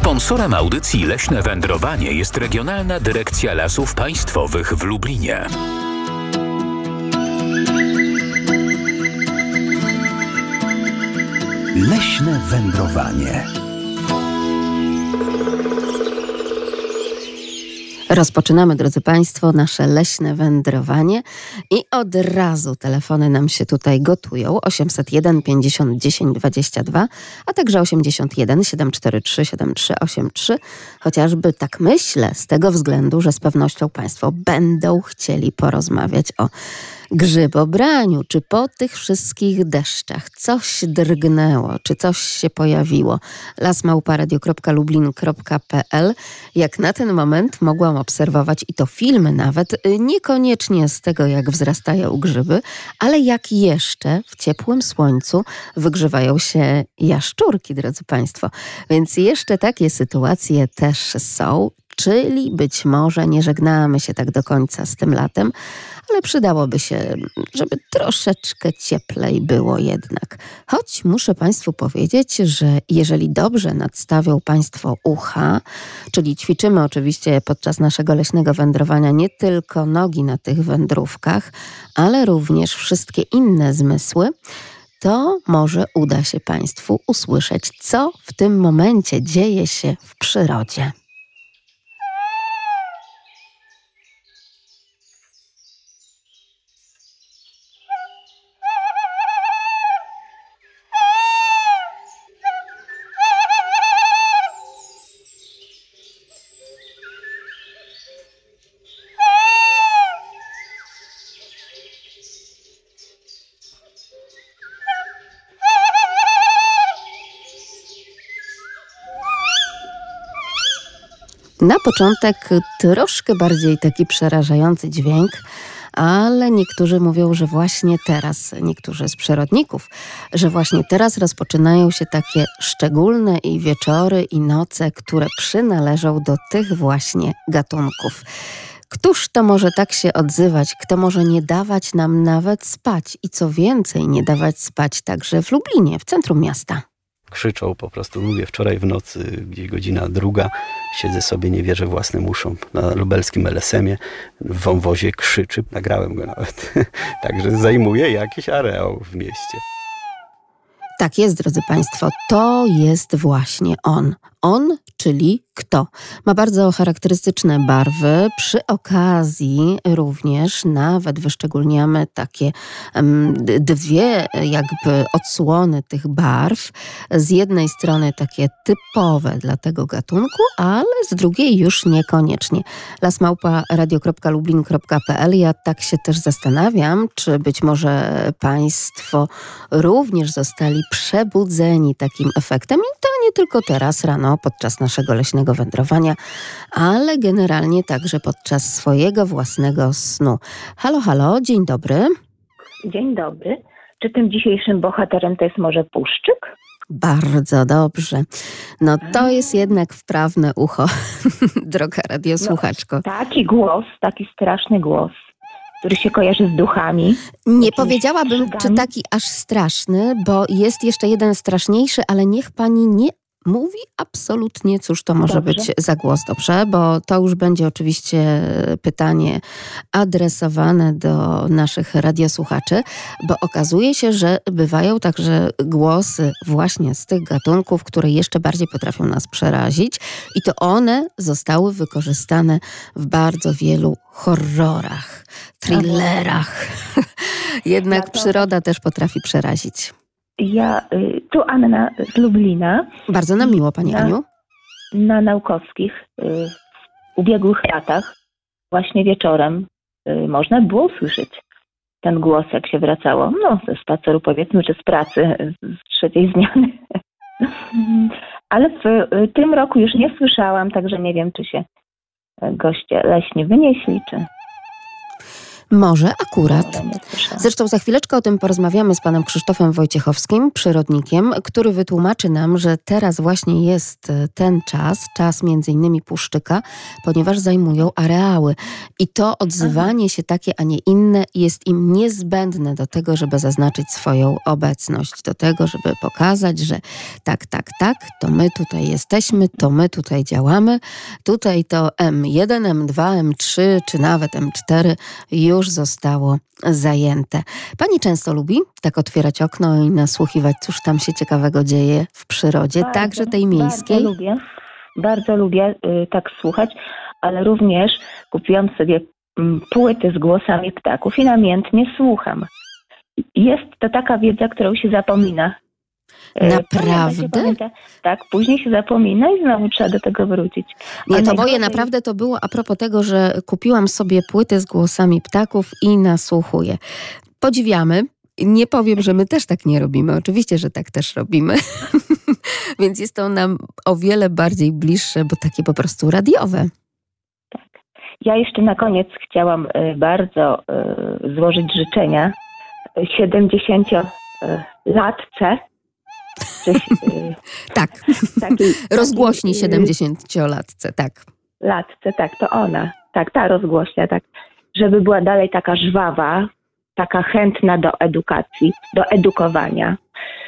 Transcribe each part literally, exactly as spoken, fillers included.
Sponsorem audycji Leśne Wędrowanie jest Regionalna Dyrekcja Lasów Państwowych w Lublinie. Leśne Wędrowanie. Rozpoczynamy, drodzy Państwo, nasze leśne wędrowanie i od razu telefony nam się tutaj gotują. osiemset jeden pięćdziesiąt dziesięć dwadzieścia dwa, a także osiemdziesiąt jeden siedemset czterdzieści trzy siedemdziesiąt trzy osiemdziesiąt trzy. Chociażby tak myślę, z tego względu, że z pewnością Państwo będą chcieli porozmawiać o grzybobraniu. Czy po tych wszystkich deszczach coś drgnęło, czy coś się pojawiło? las małpa radio kropka lublin kropka p l. Jak na ten moment mogłam obserwować, i to filmy nawet, niekoniecznie z tego, jak wzrastają grzyby, ale jak jeszcze w ciepłym słońcu wygrzewają się jaszczurki, drodzy Państwo. Więc jeszcze takie sytuacje też są, czyli być może nie żegnamy się tak do końca z tym latem, ale przydałoby się, żeby troszeczkę cieplej było jednak. Choć muszę Państwu powiedzieć, że jeżeli dobrze nadstawią Państwo ucha, czyli ćwiczymy oczywiście podczas naszego leśnego wędrowania nie tylko nogi na tych wędrówkach, ale również wszystkie inne zmysły, to może uda się Państwu usłyszeć, co w tym momencie dzieje się w przyrodzie. Na początek troszkę bardziej taki przerażający dźwięk, ale niektórzy mówią, że właśnie teraz, niektórzy z przyrodników, że właśnie teraz rozpoczynają się takie szczególne i wieczory, i noce, które przynależą do tych właśnie gatunków. Któż to może tak się odzywać? Kto może nie dawać nam nawet spać? I co więcej, nie dawać spać także w Lublinie, w centrum miasta. Krzyczą po prostu. Mówię, wczoraj w nocy, gdzieś godzina druga, siedzę sobie, nie wierzę własnym uszom. Na lubelskim el es emie w wąwozie krzyczy. Nagrałem go nawet. Także zajmuje jakiś areał w mieście. Tak jest, drodzy Państwo, to jest właśnie on. On, czyli kto? Ma bardzo charakterystyczne barwy. Przy okazji również nawet wyszczególniamy takie um, dwie jakby odsłony tych barw. Z jednej strony takie typowe dla tego gatunku, ale z drugiej już niekoniecznie. las małpa radio kropka lublin kropka p l. Ja tak się też zastanawiam, czy być może Państwo również zostali przebudzeni takim efektem. I to nie tylko teraz rano podczas naszego leśnego wędrowania, ale generalnie także podczas swojego własnego snu. Halo, halo, dzień dobry. Dzień dobry. Czy tym dzisiejszym bohaterem to jest może puszczyk? Bardzo dobrze. No to jest jednak wprawne ucho, droga radiosłuchaczko. No, taki głos, taki straszny głos, który się kojarzy z duchami. Nie powiedziałabym, czy taki aż straszny, bo jest jeszcze jeden straszniejszy, ale niech pani nie mówi absolutnie, cóż to może dobrze być za głos, dobrze? Bo to już będzie oczywiście pytanie adresowane do naszych radiosłuchaczy, bo okazuje się, że bywają także głosy właśnie z tych gatunków, które jeszcze bardziej potrafią nas przerazić i to one zostały wykorzystane w bardzo wielu horrorach, thrillerach. Jednak ja to... przyroda też potrafi przerazić. Ja, tu Anna z Lublina. Bardzo nam miło, Pani na, Aniu. Na Naukowskich w ubiegłych latach, właśnie wieczorem, można było usłyszeć ten głos, jak się wracało. No, ze spaceru powiedzmy, czy z pracy, z trzeciej zmiany. Ale w tym roku już nie słyszałam, także nie wiem, czy się goście leśni wynieśli, czy... Może akurat. Może nie słyszałam. Zresztą za chwileczkę o tym porozmawiamy z panem Krzysztofem Wojciechowskim, przyrodnikiem, który wytłumaczy nam, że teraz właśnie jest ten czas, czas między innymi puszczyka, ponieważ zajmują areały. I to odzywanie się takie, a nie inne jest im niezbędne do tego, żeby zaznaczyć swoją obecność, do tego, żeby pokazać, że tak, tak, tak, to my tutaj jesteśmy, to my tutaj działamy. Tutaj to M jeden, M dwa, M trzy czy nawet M cztery już zostało zajęte. Pani często lubi tak otwierać okno i nasłuchiwać, cóż tam się ciekawego dzieje w przyrodzie, Bardzo, także tej miejskiej? Bardzo lubię, bardzo lubię y, tak słuchać, ale również kupiłam sobie mm, płyty z głosami ptaków i namiętnie słucham. Jest to taka wiedza, którą się zapomina. Y, Naprawdę? pamięta się, pamięta, tak, później się zapomina i znowu trzeba do tego wrócić. Nie, A to moje najgorzej- naprawdę to było a propos tego, że kupiłam sobie płyty z głosami ptaków i nasłuchuję. Podziwiamy. Nie powiem, że my też tak nie robimy. Oczywiście, że tak też robimy. Więc jest to nam o wiele bardziej bliższe, bo takie po prostu radiowe. Ja jeszcze na koniec chciałam y, bardzo y, złożyć życzenia siedemdziesięciolatce. Czy, y, Tak, takiej, rozgłośni takiej, y, siedemdziesięciolatce, tak. latce, tak, to ona. Tak, ta rozgłośnia, tak. Żeby była dalej taka żwawa, taka chętna do edukacji, do edukowania.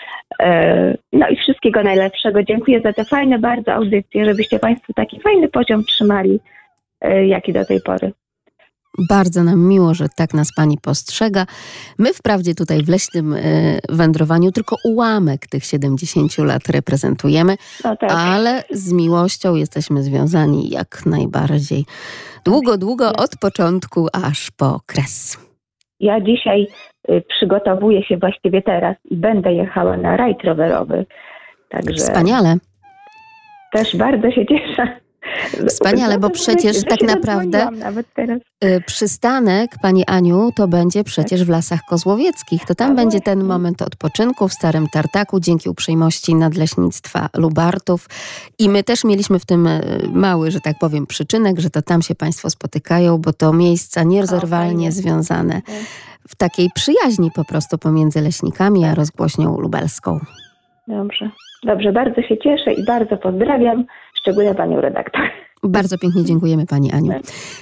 E, No i wszystkiego najlepszego. Dziękuję za te fajne bardzo audycje, żebyście Państwo taki fajny poziom trzymali, e, jaki do tej pory. Bardzo nam miło, że tak nas pani postrzega. My wprawdzie tutaj w leśnym e, wędrowaniu tylko ułamek tych siedemdziesięciu lat reprezentujemy, No tak. ale z miłością jesteśmy związani jak najbardziej. Długo, długo od początku aż po kres. Ja dzisiaj y, przygotowuję się właściwie teraz i będę jechała na rajd rowerowy. Także Wspaniale. też bardzo się cieszę. Wspaniale, bo przecież że tak się naprawdę zadzwoniłam nawet teraz. y, przystanek, pani Aniu, to będzie przecież w Lasach Kozłowieckich. To tam A będzie ten właśnie. moment odpoczynku w Starym Tartaku dzięki uprzejmości Nadleśnictwa Lubartów. I my też mieliśmy w tym y, mały, że tak powiem, przyczynek, że to tam się państwo spotykają, bo to miejsca nierozerwalnie fajnie. związane w takiej przyjaźni po prostu pomiędzy leśnikami a rozgłośnią lubelską. Dobrze. Dobrze, bardzo się cieszę i bardzo pozdrawiam, szczególnie panią redaktor. Bardzo pięknie dziękujemy pani Aniu.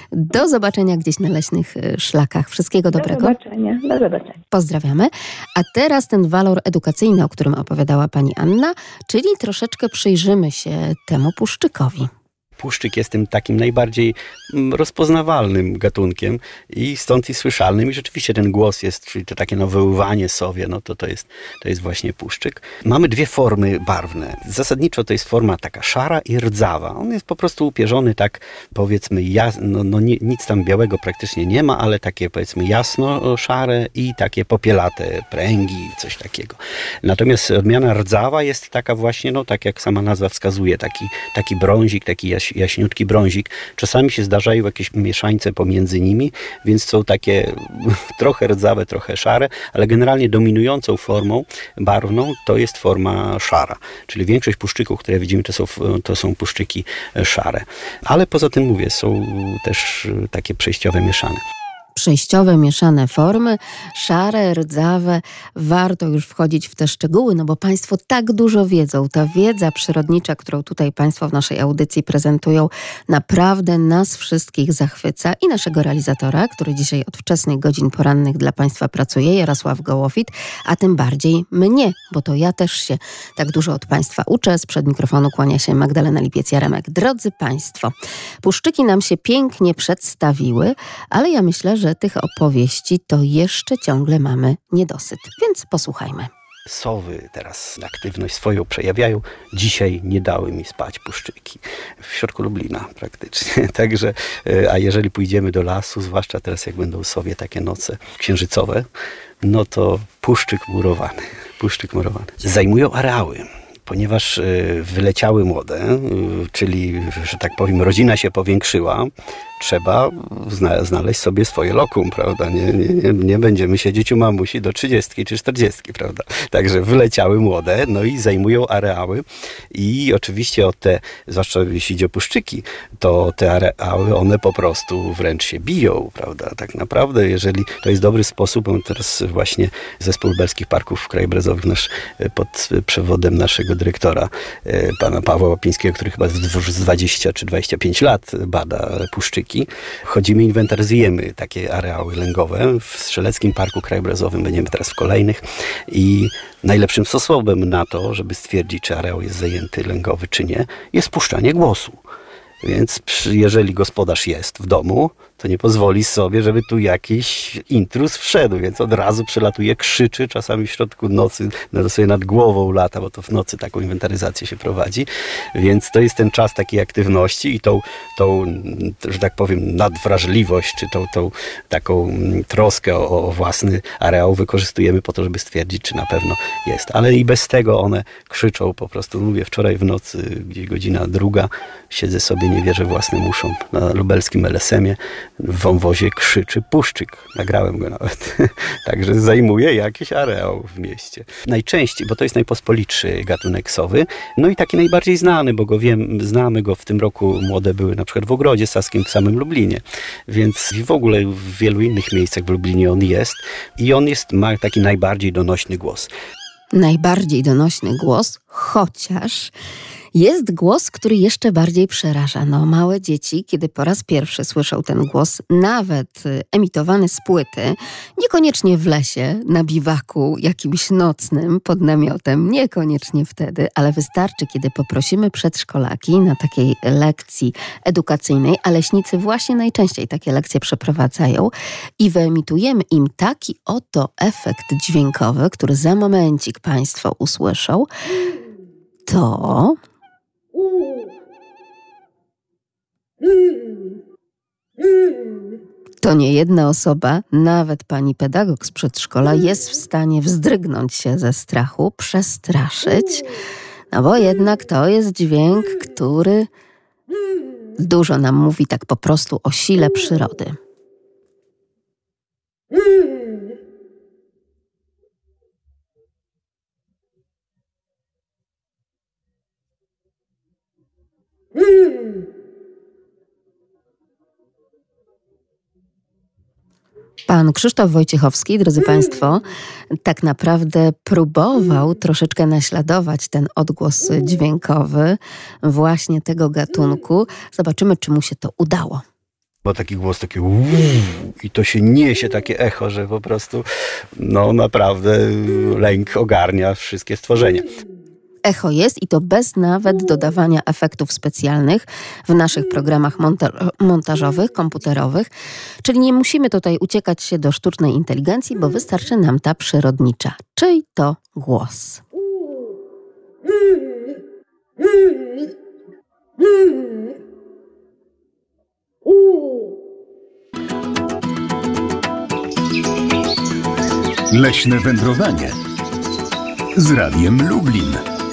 Do zobaczenia gdzieś na leśnych y, szlakach. Wszystkiego dobrego. Do zobaczenia. Do zobaczenia. Pozdrawiamy. A teraz ten walor edukacyjny, o którym opowiadała pani Anna, czyli troszeczkę przyjrzymy się temu puszczykowi. Puszczyk jest tym takim najbardziej mm, rozpoznawalnym gatunkiem i stąd i słyszalnym. I rzeczywiście ten głos jest, czyli to takie nawoływanie sowie, no to to jest, to jest właśnie puszczyk. Mamy dwie formy barwne. Zasadniczo to jest forma taka szara i rdzawa. On jest po prostu upierzony tak, powiedzmy, jas, no, no nie, nic tam białego praktycznie nie ma, ale takie, powiedzmy, jasno szare i takie popielate pręgi, coś takiego. Natomiast odmiana rdzawa jest taka właśnie, no tak jak sama nazwa wskazuje, taki, taki brązik, taki jaś, jaśniutki brązik. Czasami się zdarzają jakieś mieszańce pomiędzy nimi, więc są takie trochę rdzawe, trochę szare, ale generalnie dominującą formą barwną to jest forma szara. Czyli większość puszczyków, które widzimy, to są, to są puszczyki szare. Ale poza tym mówię, są też takie przejściowe mieszane. Przejściowe, mieszane formy, szare, rdzawe. Warto już wchodzić w te szczegóły, no bo państwo tak dużo wiedzą. Ta wiedza przyrodnicza, którą tutaj państwo w naszej audycji prezentują, naprawdę nas wszystkich zachwyca i naszego realizatora, który dzisiaj od wczesnych godzin porannych dla państwa pracuje, Jarosław Gołofit, a tym bardziej mnie, bo to ja też się tak dużo od państwa uczę. Sprzed mikrofonu kłania się Magdalena Lipiec-Jaremek. Drodzy państwo, puszczyki nam się pięknie przedstawiły, ale ja myślę, że tych opowieści to jeszcze ciągle mamy niedosyt. Więc posłuchajmy. Sowy teraz aktywność swoją przejawiają. Dzisiaj nie dały mi spać puszczyki. W środku Lublina praktycznie. Także, a jeżeli pójdziemy do lasu, zwłaszcza teraz jak będą sowie takie noce księżycowe, no to puszczyk murowany. Puszczyk murowany. Zajmują areały. Ponieważ wyleciały młode, czyli, że tak powiem, rodzina się powiększyła, trzeba zna- znaleźć sobie swoje lokum, prawda? Nie, nie, nie, nie będziemy siedzieć u mamusi do trzydziestki czy czterdziestki, prawda? Także wyleciały młode, no i zajmują areały i oczywiście o te, zwłaszcza jeśli idzie o puszczyki, to te areały, one po prostu wręcz się biją, prawda? Tak naprawdę, jeżeli to jest dobry sposób, on teraz właśnie Zespół Lubelskich Parków Krajobrazowych nasz, pod przewodem naszego dyrektora, pana Pawła Łapińskiego, który chyba już z dwadzieścia czy dwadzieścia pięć lat bada puszczyki. Chodzimy, inwentaryzujemy takie areały lęgowe. W Strzeleckim Parku Krajobrazowym będziemy teraz w kolejnych i najlepszym sposobem na to, żeby stwierdzić, czy areał jest zajęty lęgowy, czy nie, jest puszczanie głosu. Więc jeżeli gospodarz jest w domu, to nie pozwoli sobie, żeby tu jakiś intruz wszedł, więc od razu przelatuje, krzyczy, czasami w środku nocy no sobie nad głową lata, bo to w nocy taką inwentaryzację się prowadzi, więc to jest ten czas takiej aktywności i tą, tą że tak powiem, nadwrażliwość, czy tą, tą taką troskę o, o własny areał wykorzystujemy po to, żeby stwierdzić, czy na pewno jest. Ale i bez tego one krzyczą po prostu. Mówię, wczoraj w nocy, gdzieś godzina druga, siedzę sobie, nie wierzę własnym uszom, na lubelskim el es emie, w wąwozie krzyczy puszczyk. Nagrałem go nawet. Także zajmuje jakiś areał w mieście. Najczęściej, bo to jest najpospolitszy gatunek sowy, no i taki najbardziej znany, bo go wiem, znamy go w tym roku, młode były na przykład w Ogrodzie Saskim w samym Lublinie, więc w ogóle w wielu innych miejscach w Lublinie on jest i on jest, ma taki najbardziej donośny głos. Najbardziej donośny głos, chociaż jest głos, który jeszcze bardziej przeraża. No, małe dzieci, kiedy po raz pierwszy słyszą ten głos, nawet emitowany z płyty, niekoniecznie w lesie, na biwaku jakimś nocnym, pod namiotem, niekoniecznie wtedy, ale wystarczy, kiedy poprosimy przedszkolaki na takiej lekcji edukacyjnej, a leśnicy właśnie najczęściej takie lekcje przeprowadzają i wyemitujemy im taki oto efekt dźwiękowy, który za momencik Państwo usłyszą, to... To nie jedna osoba, nawet pani pedagog z przedszkola, jest w stanie wzdrygnąć się ze strachu, przestraszyć, no bo jednak to jest dźwięk, który dużo nam mówi tak po prostu o sile przyrody. Pan Krzysztof Wojciechowski, drodzy Państwo, tak naprawdę próbował troszeczkę naśladować ten odgłos dźwiękowy właśnie tego gatunku. Zobaczymy, czy mu się to udało. Bo taki głos, taki uuu, i to się niesie takie echo, że po prostu no naprawdę lęk ogarnia wszystkie stworzenia. Echo jest i to bez nawet dodawania efektów specjalnych w naszych programach monta- montażowych, komputerowych. Czyli nie musimy tutaj uciekać się do sztucznej inteligencji, bo wystarczy nam ta przyrodnicza, czyli to głos. Leśne wędrowanie z Radiem Lublin.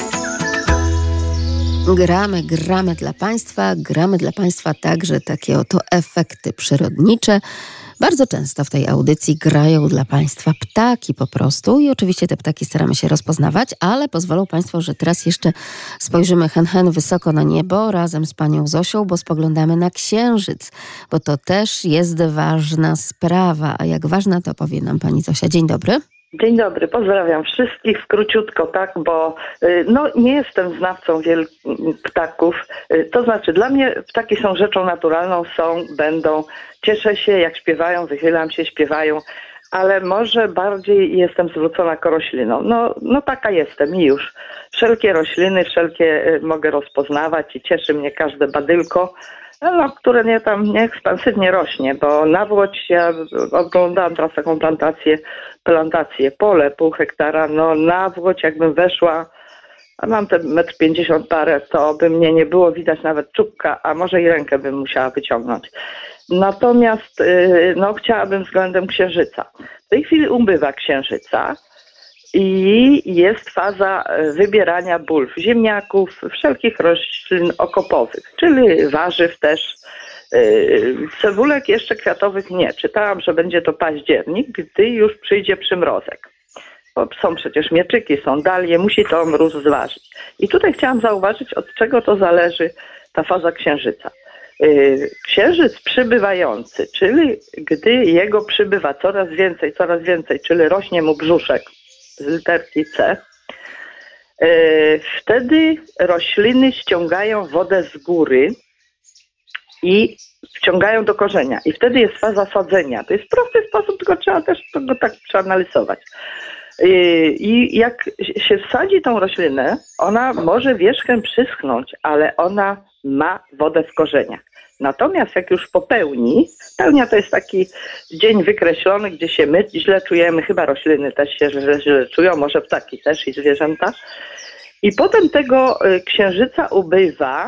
Gramy, gramy dla Państwa, gramy dla Państwa także takie oto efekty przyrodnicze. Bardzo często w tej audycji grają dla Państwa ptaki po prostu i oczywiście te ptaki staramy się rozpoznawać, ale pozwolą Państwo, że teraz jeszcze spojrzymy hen hen wysoko na niebo razem z Panią Zosią, bo spoglądamy na księżyc, bo to też jest ważna sprawa. A jak ważna, to powie nam Pani Zosia. Dzień dobry. Dzień dobry, pozdrawiam wszystkich, króciutko, tak, bo no, nie jestem znawcą wielu ptaków, to znaczy dla mnie ptaki są rzeczą naturalną, są, będą, cieszę się jak śpiewają, wychylam się, śpiewają, ale może bardziej jestem zwrócona ku roślinom, no, no taka jestem i już. Wszelkie rośliny, wszelkie mogę rozpoznawać i cieszy mnie każde badylko, no, które nie tam nie ekspansywnie rośnie, bo nawłoć, ja oglądałam teraz taką plantację, plantację, pole, pół hektara, no nawłoć jakbym weszła, a mam te metr pięćdziesiąt parę, to by mnie nie było widać nawet czubka, a może i rękę bym musiała wyciągnąć. Natomiast no chciałabym względem księżyca. W tej chwili ubywa księżyca i jest faza wybierania bulw, ziemniaków, wszelkich roślin okopowych, czyli warzyw też. Cebulek jeszcze kwiatowych nie. Czytałam, że będzie to październik, gdy już przyjdzie przymrozek. Bo są przecież mieczyki, są dalie, musi to mróz zważyć. I tutaj chciałam zauważyć, od czego to zależy ta faza księżyca. Księżyc przybywający, czyli gdy jego przybywa coraz więcej, coraz więcej, czyli rośnie mu brzuszek z literki C, wtedy rośliny ściągają wodę z góry i wciągają do korzenia. I wtedy jest faza sadzenia. To jest prosty sposób, tylko trzeba też go tak przeanalizować. I jak się wsadzi tą roślinę, ona może wierzchem przyschnąć, ale ona ma wodę w korzeniach. Natomiast jak już popełni, pełnia to jest taki dzień wykreślony, gdzie się my źle czujemy, chyba rośliny też się źle, źle czują, może ptaki też i zwierzęta. I potem tego księżyca ubywa,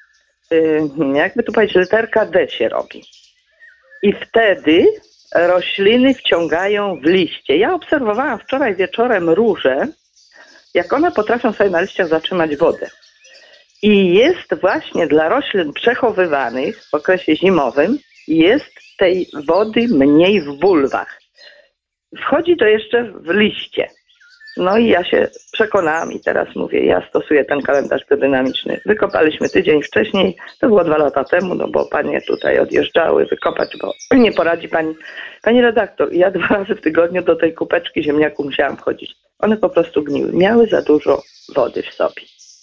jakby tu powiedzieć, literka D się robi. I wtedy rośliny wciągają w liście. Ja obserwowałam wczoraj wieczorem róże, jak one potrafią sobie na liściach zatrzymać wodę. I jest właśnie dla roślin przechowywanych w okresie zimowym, jest tej wody mniej w bulwach. Wchodzi to jeszcze w liście. No i ja się przekonałam i teraz mówię, ja stosuję ten kalendarz biodynamiczny. Wykopaliśmy tydzień wcześniej, to było dwa lata temu, no bo panie tutaj odjeżdżały wykopać, bo nie poradzi pani. Pani redaktor, ja dwa razy w tygodniu do tej kupeczki ziemniaków musiałam wchodzić. One po prostu gniły, miały za dużo wody w sobie.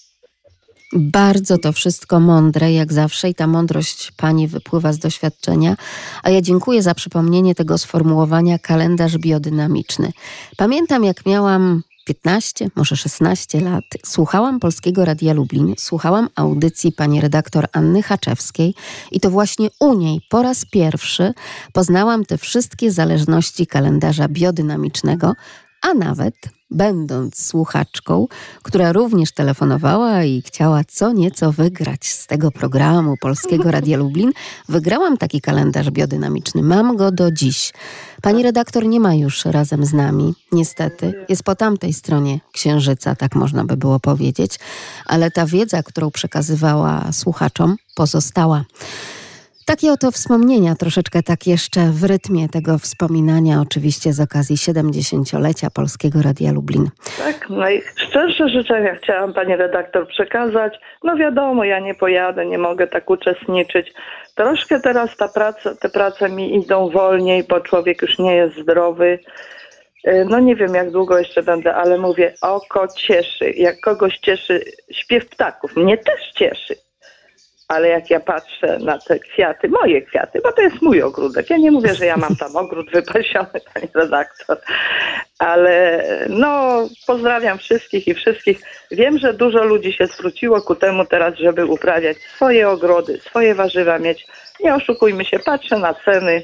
Bardzo to wszystko mądre, jak zawsze, i ta mądrość pani wypływa z doświadczenia. A ja dziękuję za przypomnienie tego sformułowania kalendarz biodynamiczny. Pamiętam, jak miałam piętnaście, może szesnaście lat, słuchałam Polskiego Radia Lublin, słuchałam audycji pani redaktor Anny Haczewskiej i to właśnie u niej po raz pierwszy poznałam te wszystkie zależności kalendarza biodynamicznego, a nawet będąc słuchaczką, która również telefonowała i chciała co nieco wygrać z tego programu Polskiego Radia Lublin, wygrałam taki kalendarz biodynamiczny. Mam go do dziś. Pani redaktor nie ma już razem z nami, niestety. Jest po tamtej stronie księżyca, tak można by było powiedzieć, ale ta wiedza, którą przekazywała słuchaczom, pozostała. Takie oto wspomnienia, troszeczkę tak jeszcze w rytmie tego wspominania, oczywiście z okazji siedemdziesięciolecia Polskiego Radia Lublin. Tak, najszczersze życzenia chciałam pani redaktor przekazać. No wiadomo, ja nie pojadę, nie mogę tak uczestniczyć. Troszkę teraz ta praca, te prace mi idą wolniej, bo człowiek już nie jest zdrowy. No nie wiem, jak długo jeszcze będę, ale mówię, oko cieszy. Jak kogoś cieszy śpiew ptaków, mnie też cieszy. Ale jak ja patrzę na te kwiaty, moje kwiaty, bo to jest mój ogródek. Ja nie mówię, że ja mam tam ogród wypasiony, pani redaktor. Ale no, pozdrawiam wszystkich i wszystkich. Wiem, że dużo ludzi się zwróciło ku temu teraz, żeby uprawiać swoje ogrody, swoje warzywa mieć. Nie oszukujmy się, patrzę na ceny.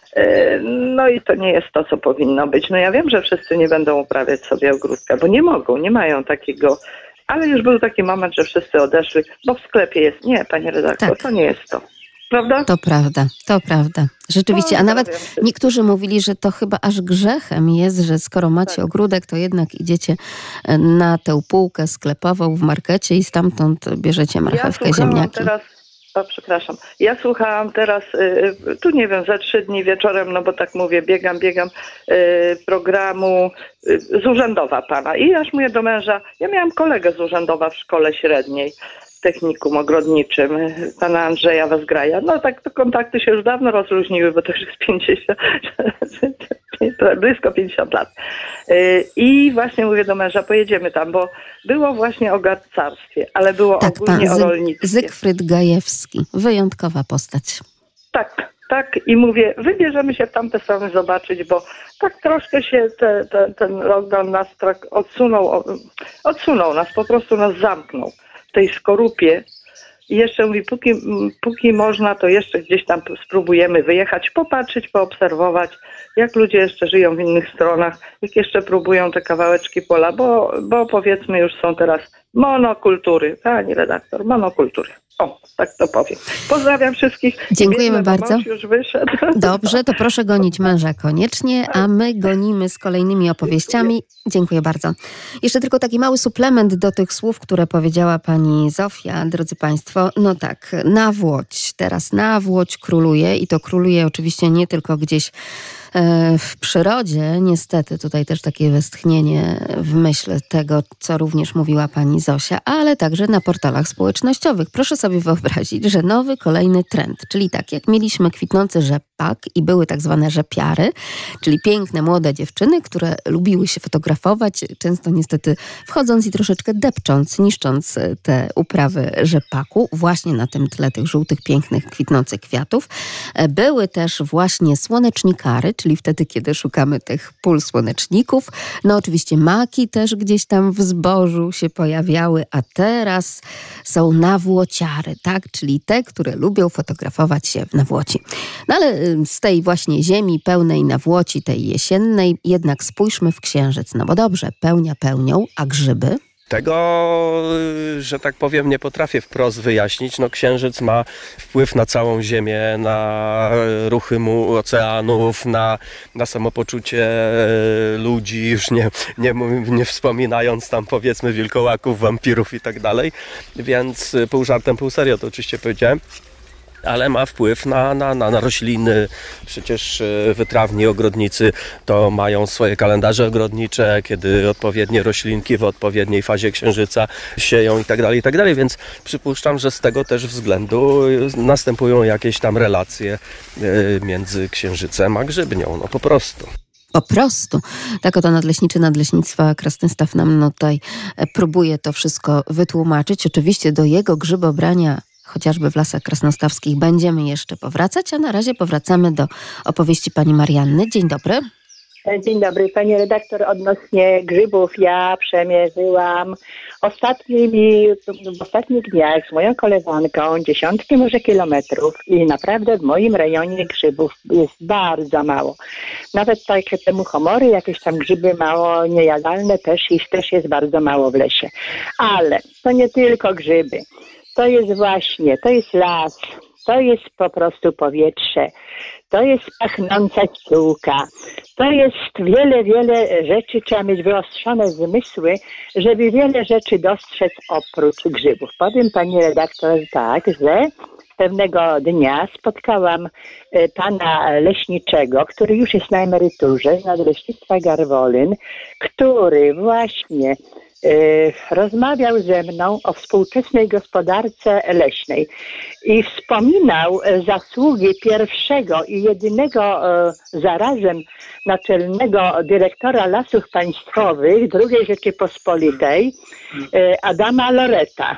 No i to nie jest to, co powinno być. No ja wiem, że wszyscy nie będą uprawiać sobie ogródka, bo nie mogą, nie mają takiego... Ale już był taki moment, że wszyscy odeszli, bo w sklepie jest. Nie, panie redaktor, tak. To nie jest to. Prawda? To prawda, to prawda. Rzeczywiście, a nawet niektórzy mówili, że to chyba aż grzechem jest, że skoro macie tak. ogródek, to jednak idziecie na tę półkę sklepową w markecie i stamtąd bierzecie marchewkę, ja ziemniaki. Teraz, o, przepraszam. Ja słuchałam teraz, y, tu nie wiem, za trzy dni wieczorem, no bo tak mówię, biegam, biegam, y, programu y, z Urzędowa pana. I aż mówię do męża, ja miałam kolegę z Urzędowa w szkole średniej, w technikum ogrodniczym, pana Andrzeja Wezgraja. No tak, to kontakty się już dawno rozluźniły, bo to już jest pięćdziesiąt, blisko pięćdziesiąt lat. Y, I właśnie mówię do męża, pojedziemy tam, bo było właśnie o garcarstwie, ale było tak, ogólnie pan o rolnictwie. Zygfryd Gajewski, wyjątkowa postać. Tak, tak. I mówię, wybierzemy się w tamte strony zobaczyć, bo tak troszkę się te, te, ten lockdown nas tak odsunął, odsunął nas, po prostu nas zamknął w tej skorupie. I jeszcze mówi, póki, póki można, to jeszcze gdzieś tam spróbujemy wyjechać, popatrzeć, poobserwować, jak ludzie jeszcze żyją w innych stronach, jak jeszcze próbują te kawałeczki pola, bo, bo powiedzmy już są teraz monokultury, pani redaktor, monokultury. O, tak to powiem. Pozdrawiam wszystkich. Dziękujemy Wiemy, bardzo. Mąż już wyszedł. Dobrze, to proszę gonić męża koniecznie, a my gonimy z kolejnymi opowieściami. Dziękuję bardzo. Jeszcze tylko taki mały suplement do tych słów, które powiedziała pani Zofia, drodzy państwo. No tak, nawłoć. Teraz nawłoć króluje i to króluje oczywiście nie tylko gdzieś w przyrodzie. Niestety tutaj też takie westchnienie w myśl tego, co również mówiła pani Zosia, ale także na portalach społecznościowych. Proszę sobie wyobrazić, że nowy, kolejny trend, czyli tak jak mieliśmy kwitnący rzepak i były tak zwane rzepiary, czyli piękne, młode dziewczyny, które lubiły się fotografować, często niestety wchodząc i troszeczkę depcząc, niszcząc te uprawy rzepaku, właśnie na tym tle tych żółtych, pięknych, kwitnących kwiatów. Były też właśnie słonecznikary, czyli wtedy, kiedy szukamy tych pól słoneczników. No oczywiście maki też gdzieś tam w zbożu się pojawiały, a teraz są nawłociary, tak? Czyli te, które lubią fotografować się w nawłoci. No ale z tej właśnie ziemi pełnej nawłoci, tej jesiennej, jednak spójrzmy w księżyc. No bo dobrze, pełnia pełnią, a grzyby? Tego, że tak powiem, nie potrafię wprost wyjaśnić. No, księżyc ma wpływ na całą Ziemię, na ruchy mu oceanów, na, na samopoczucie ludzi, już nie, nie, nie wspominając tam powiedzmy wilkołaków, wampirów i tak dalej. Więc pół żartem, pół serio to oczywiście powiedziałem. Ale ma wpływ na, na, na, na rośliny. Przecież wytrawni ogrodnicy to mają swoje kalendarze ogrodnicze, kiedy odpowiednie roślinki w odpowiedniej fazie księżyca sieją i tak dalej, i tak dalej. Więc przypuszczam, że z tego też względu następują jakieś tam relacje między księżycem a grzybnią. No po prostu. Po prostu. Tak oto nadleśniczy Nadleśnictwa Krasnystaw nam no tutaj próbuje to wszystko wytłumaczyć. Oczywiście do jego grzybobrania chociażby w Lasach Krasnostawskich będziemy jeszcze powracać, a na razie powracamy do opowieści pani Marianny. Dzień dobry. Dzień dobry, pani redaktor. Odnośnie grzybów ja przemierzyłam ostatnimi, w ostatnich dniach z moją koleżanką dziesiątki może kilometrów i naprawdę w moim rejonie grzybów jest bardzo mało. Nawet takie te muchomory, jakieś tam grzyby mało niejadalne też, ich też jest bardzo mało w lesie. Ale to nie tylko grzyby. To jest właśnie, to jest las, to jest po prostu powietrze, to jest pachnąca ściółka, to jest wiele, wiele rzeczy, trzeba mieć wyostrzone zmysły, żeby wiele rzeczy dostrzec oprócz grzybów. Powiem pani redaktor tak, że pewnego dnia spotkałam pana leśniczego, który już jest na emeryturze z Nadleśnictwa Garwolyn, który właśnie rozmawiał ze mną o współczesnej gospodarce leśnej i wspominał zasługi pierwszego i jedynego zarazem naczelnego dyrektora Lasów Państwowych drugiej Rzeczypospolitej, Adama Loreta.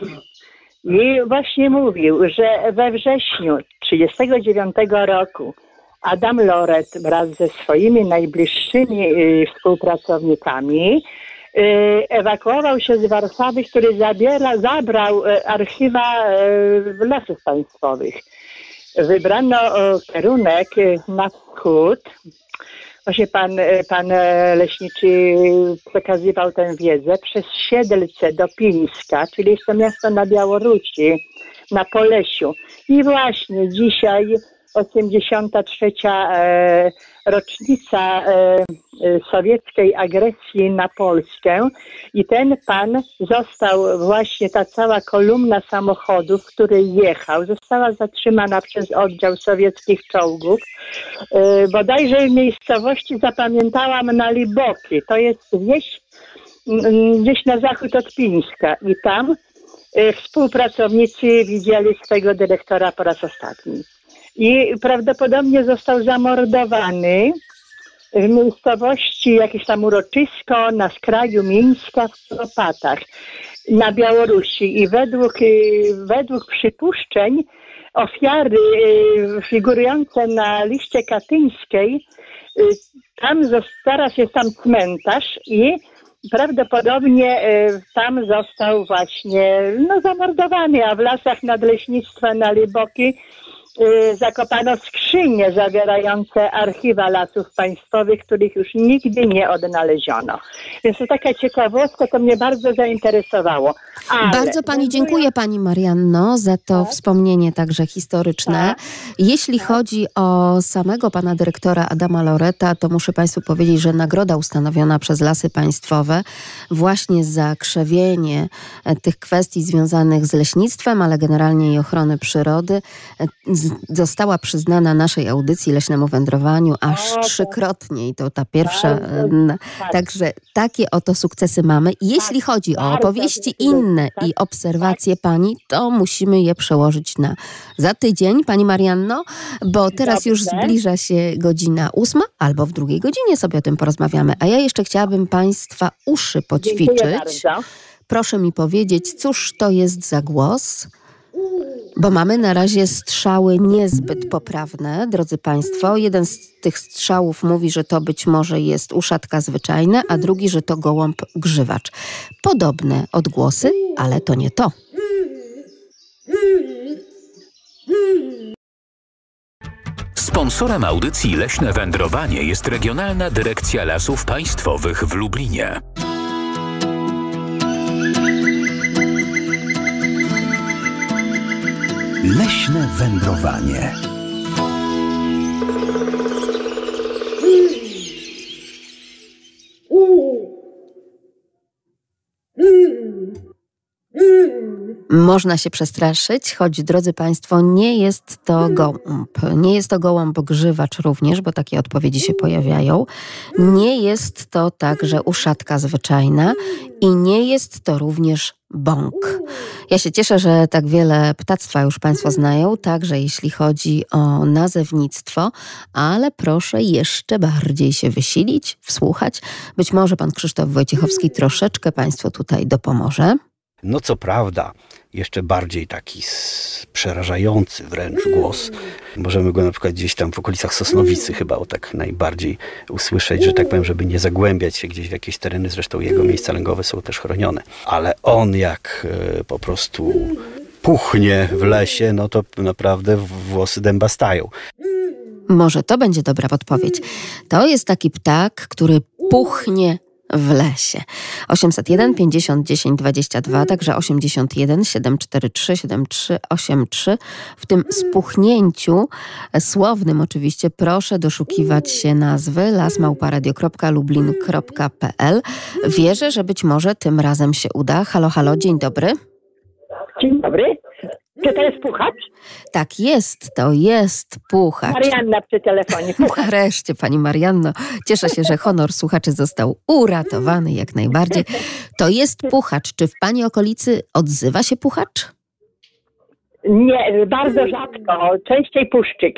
I właśnie mówił, że we wrześniu trzydziestego dziewiątego roku Adam Loret wraz ze swoimi najbliższymi współpracownikami ewakuował się z Warszawy, który zabiera, zabrał archiwa Lasów Państwowych. Wybrano kierunek na wschód. Właśnie pan, pan leśniczy przekazywał tę wiedzę przez Siedlce do Pińska, czyli jest to miasto na Białorusi, na Polesiu. I właśnie dzisiaj osiemdziesiąta trzecia e, rocznica e, sowieckiej agresji na Polskę i ten pan został, właśnie ta cała kolumna samochodów, który jechał, została zatrzymana przez oddział sowieckich czołgów. E, bodajże w miejscowości zapamiętałam na Liboki, to jest wieś m, gdzieś na zachód od Pińska i tam e, współpracownicy widzieli swego dyrektora po raz ostatni. I prawdopodobnie został zamordowany w miejscowości, jakieś tam uroczysko na skraju Mińska w Karpatach na Białorusi. I według, według przypuszczeń ofiary figurujące na liście katyńskiej, tam teraz jest tam cmentarz i prawdopodobnie tam został właśnie no, zamordowany, a w lasach Nadleśnictwa na Liboki y, zakopano skrzynie zawierające archiwa lasów państwowych, których już nigdy nie odnaleziono. Więc to taka ciekawostka, to mnie bardzo zainteresowało. Ale Bardzo pani dziękuję, pani Marianno, za to tak? wspomnienie także historyczne. Tak? Jeśli tak. chodzi o samego pana dyrektora Adama Loreta, to muszę państwu powiedzieć, że nagroda ustanowiona przez Lasy Państwowe właśnie za krzewienie tych kwestii związanych z leśnictwem, ale generalnie i ochrony przyrody, została przyznana naszej audycji Leśnemu Wędrowaniu aż o, trzykrotnie i to ta pierwsza. Tak. Także takie oto sukcesy mamy. Jeśli tak, chodzi o opowieści inne tak, i obserwacje tak. pani, to musimy je przełożyć na za tydzień, pani Marianno, bo teraz Dobrze. już zbliża się godzina ósma, albo w drugiej godzinie sobie o tym porozmawiamy. A ja jeszcze chciałabym państwa uszy poćwiczyć. Proszę mi powiedzieć, cóż to jest za głos? Bo mamy na razie strzały niezbyt poprawne, drodzy państwo. Jeden z tych strzałów mówi, że to być może jest uszatka zwyczajne, a drugi, że to gołąb grzywacz. Podobne odgłosy, ale to nie to. Sponsorem audycji Leśne Wędrowanie jest Regionalna Dyrekcja Lasów Państwowych w Lublinie. Leśne wędrowanie. Można się przestraszyć, choć, drodzy państwo, nie jest to gołąb. Nie jest to gołąb grzywacz również, bo takie odpowiedzi się pojawiają. Nie jest to także uszatka zwyczajna i nie jest to również bąk. Ja się cieszę, że tak wiele ptactwa już państwo znają, także jeśli chodzi o nazewnictwo, ale proszę jeszcze bardziej się wysilić, wsłuchać. Być może pan Krzysztof Wojciechowski troszeczkę państwu tutaj dopomoże. No co prawda, jeszcze bardziej taki przerażający wręcz głos. Możemy go na przykład gdzieś tam w okolicach Sosnowicy chyba o tak najbardziej usłyszeć, że tak powiem, żeby nie zagłębiać się gdzieś w jakieś tereny, zresztą jego miejsca lęgowe są też chronione. Ale on jak e, po prostu puchnie w lesie, no to naprawdę włosy dęba stają. Może to będzie dobra podpowiedź. To jest taki ptak, który puchnie w lesie. osiemset jeden pięćdziesiąt dziesięć dwadzieścia dwa, także osiemdziesiąt jeden siedem cztery trzy siedem trzy osiem trzy. W tym spuchnięciu słownym oczywiście proszę doszukiwać się nazwy las małpa radio kropka lublin kropka p l. Wierzę, że być może tym razem się uda. Halo, halo, dzień dobry. Dzień dobry. Czy to jest puchacz? Tak jest, to jest puchacz. Marianna przy telefonie. Puchacz. Nareszcie, pani Marianno. Cieszę się, że honor słuchaczy został uratowany jak najbardziej. To jest puchacz. Czy w pani okolicy odzywa się puchacz? Nie, bardzo rzadko. Częściej puszczyk.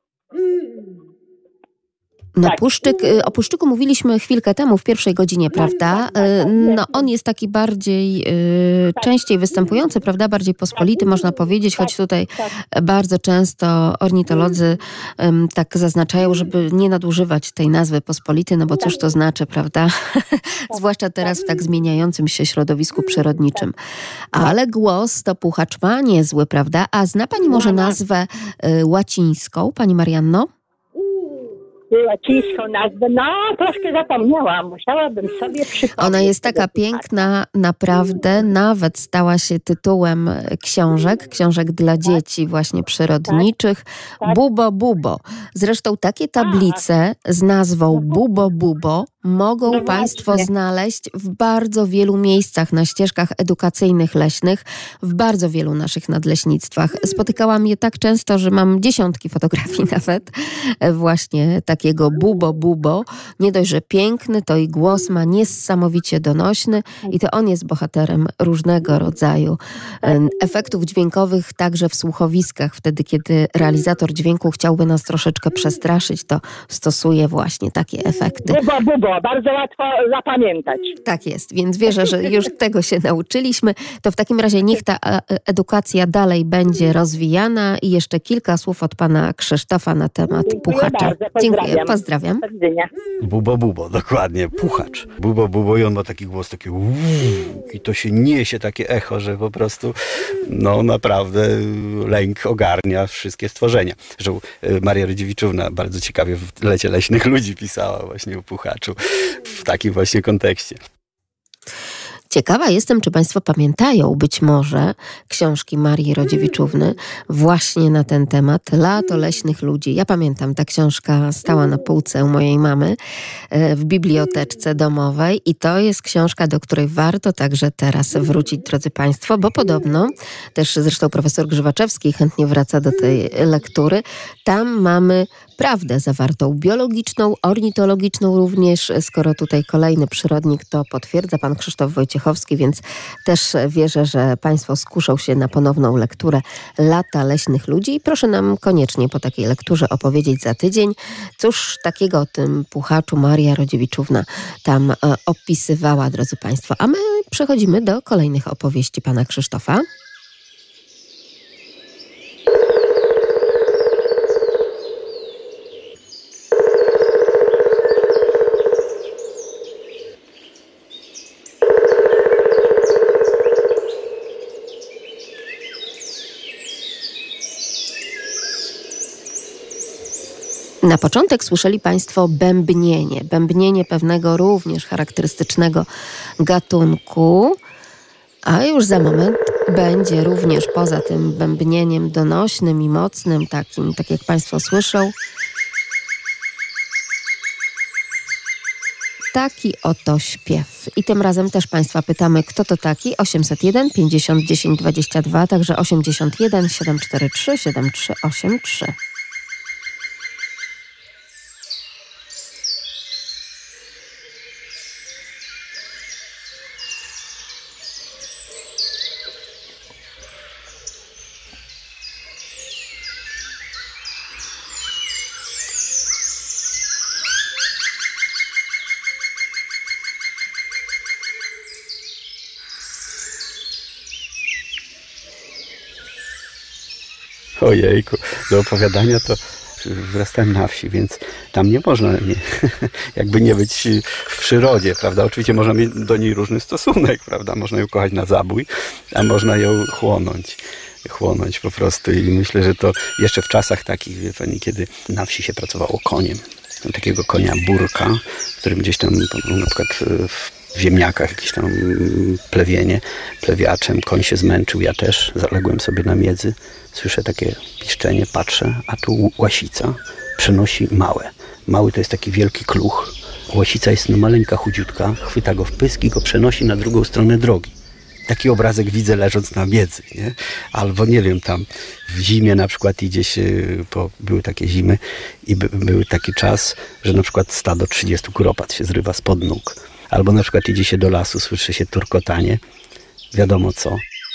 No tak. puszczyk, o puszczyku mówiliśmy chwilkę temu w pierwszej godzinie, prawda? No on jest taki bardziej, tak. częściej występujący, prawda? Bardziej pospolity, można powiedzieć, choć tutaj bardzo często ornitolodzy tak zaznaczają, żeby nie nadużywać tej nazwy pospolity, no bo cóż to znaczy, prawda? Zwłaszcza teraz w tak zmieniającym się środowisku przyrodniczym. Ale głos to puchacz ma niezły, prawda? A zna pani może nazwę łacińską, pani Marianno? Łacińską nazwę, no troszkę zapomniałam, musiałabym sobie przypomnieć. Ona jest taka piękna, naprawdę, nawet stała się tytułem książek, książek dla dzieci właśnie przyrodniczych, Bubo Bubo. Zresztą takie tablice z nazwą Bubo Bubo mogą no państwo znaleźć w bardzo wielu miejscach, na ścieżkach edukacyjnych leśnych, w bardzo wielu naszych nadleśnictwach. Spotykałam je tak często, że mam dziesiątki fotografii nawet właśnie takiego Bubo Bubo. Nie dość, że piękny, to i głos ma niesamowicie donośny i to on jest bohaterem różnego rodzaju efektów dźwiękowych, także w słuchowiskach. Wtedy, kiedy realizator dźwięku chciałby nas troszeczkę przestraszyć, to stosuje właśnie takie efekty. Bubo Bubo. było bardzo łatwo zapamiętać. Tak jest, więc wierzę, że już tego się nauczyliśmy. To w takim razie niech ta edukacja dalej będzie rozwijana i jeszcze kilka słów od pana Krzysztofa na temat Dziękuję puchacza. bardzo, pozdrawiam. Dziękuję, pozdrawiam. Do widzenia. Bubo, bubo, dokładnie, puchacz. Bubo, bubo i on ma taki głos, taki uuu, i to się niesie takie echo, że po prostu no naprawdę lęk ogarnia wszystkie stworzenia. Zresztą Maria Rodziewiczówna bardzo ciekawie w Lecie Leśnych Ludzi pisała właśnie o puchaczu w takim właśnie kontekście. Ciekawa jestem, czy państwo pamiętają być może książki Marii Rodziewiczówny właśnie na ten temat. Lato leśnych ludzi. Ja pamiętam, ta książka stała na półce u mojej mamy w biblioteczce domowej i to jest książka, do której warto także teraz wrócić, drodzy państwo, bo podobno, też zresztą profesor Grzywaczewski chętnie wraca do tej lektury, tam mamy prawdę zawartą, biologiczną, ornitologiczną również, skoro tutaj kolejny przyrodnik to potwierdza pan Krzysztof Wojciechowski, więc też wierzę, że państwo skuszą się na ponowną lekturę Lata leśnych ludzi i proszę nam koniecznie po takiej lekturze opowiedzieć za tydzień, cóż takiego o tym puchaczu Maria Rodziewiczówna tam e, opisywała, drodzy państwo. A my przechodzimy do kolejnych opowieści pana Krzysztofa. Na początek słyszeli państwo bębnienie. Bębnienie pewnego również charakterystycznego gatunku, a już za moment będzie również poza tym bębnieniem donośnym i mocnym, takim, tak jak państwo słyszą, taki oto śpiew. I tym razem też państwa pytamy, kto to taki? osiemset jeden pięćdziesiąt dziesięć dwadzieścia dwa, także osiemdziesiąt jeden siedem cztery trzy siedem trzy osiem trzy. Ojejku, do opowiadania to wyrastałem na wsi, więc tam nie można nie, jakby nie być w przyrodzie, prawda? Oczywiście można mieć do niej różny stosunek, prawda? Można ją kochać na zabój, a można ją chłonąć. chłonąć po prostu i myślę, że to jeszcze w czasach takich, wie pani, kiedy na wsi się pracowało koniem. Takiego konia burka, którym gdzieś tam na przykład w ziemniakach jakieś tam plewienie, plewiaczem, koń się zmęczył, ja też zaległem sobie na miedzy, słyszę takie piszczenie, patrzę, a tu łasica przenosi małe. Mały to jest taki wielki kluch. Łasica jest no maleńka, chudziutka, chwyta go w pysk i go przenosi na drugą stronę drogi. Taki obrazek widzę leżąc na miedzy, nie? Albo nie wiem, tam w zimie na przykład idzie się, po, były takie zimy i by, był taki czas, że na przykład stado trzydziestu kuropat się zrywa spod nóg. Albo na przykład idzie się do lasu, słyszy się turkotanie, wiadomo co.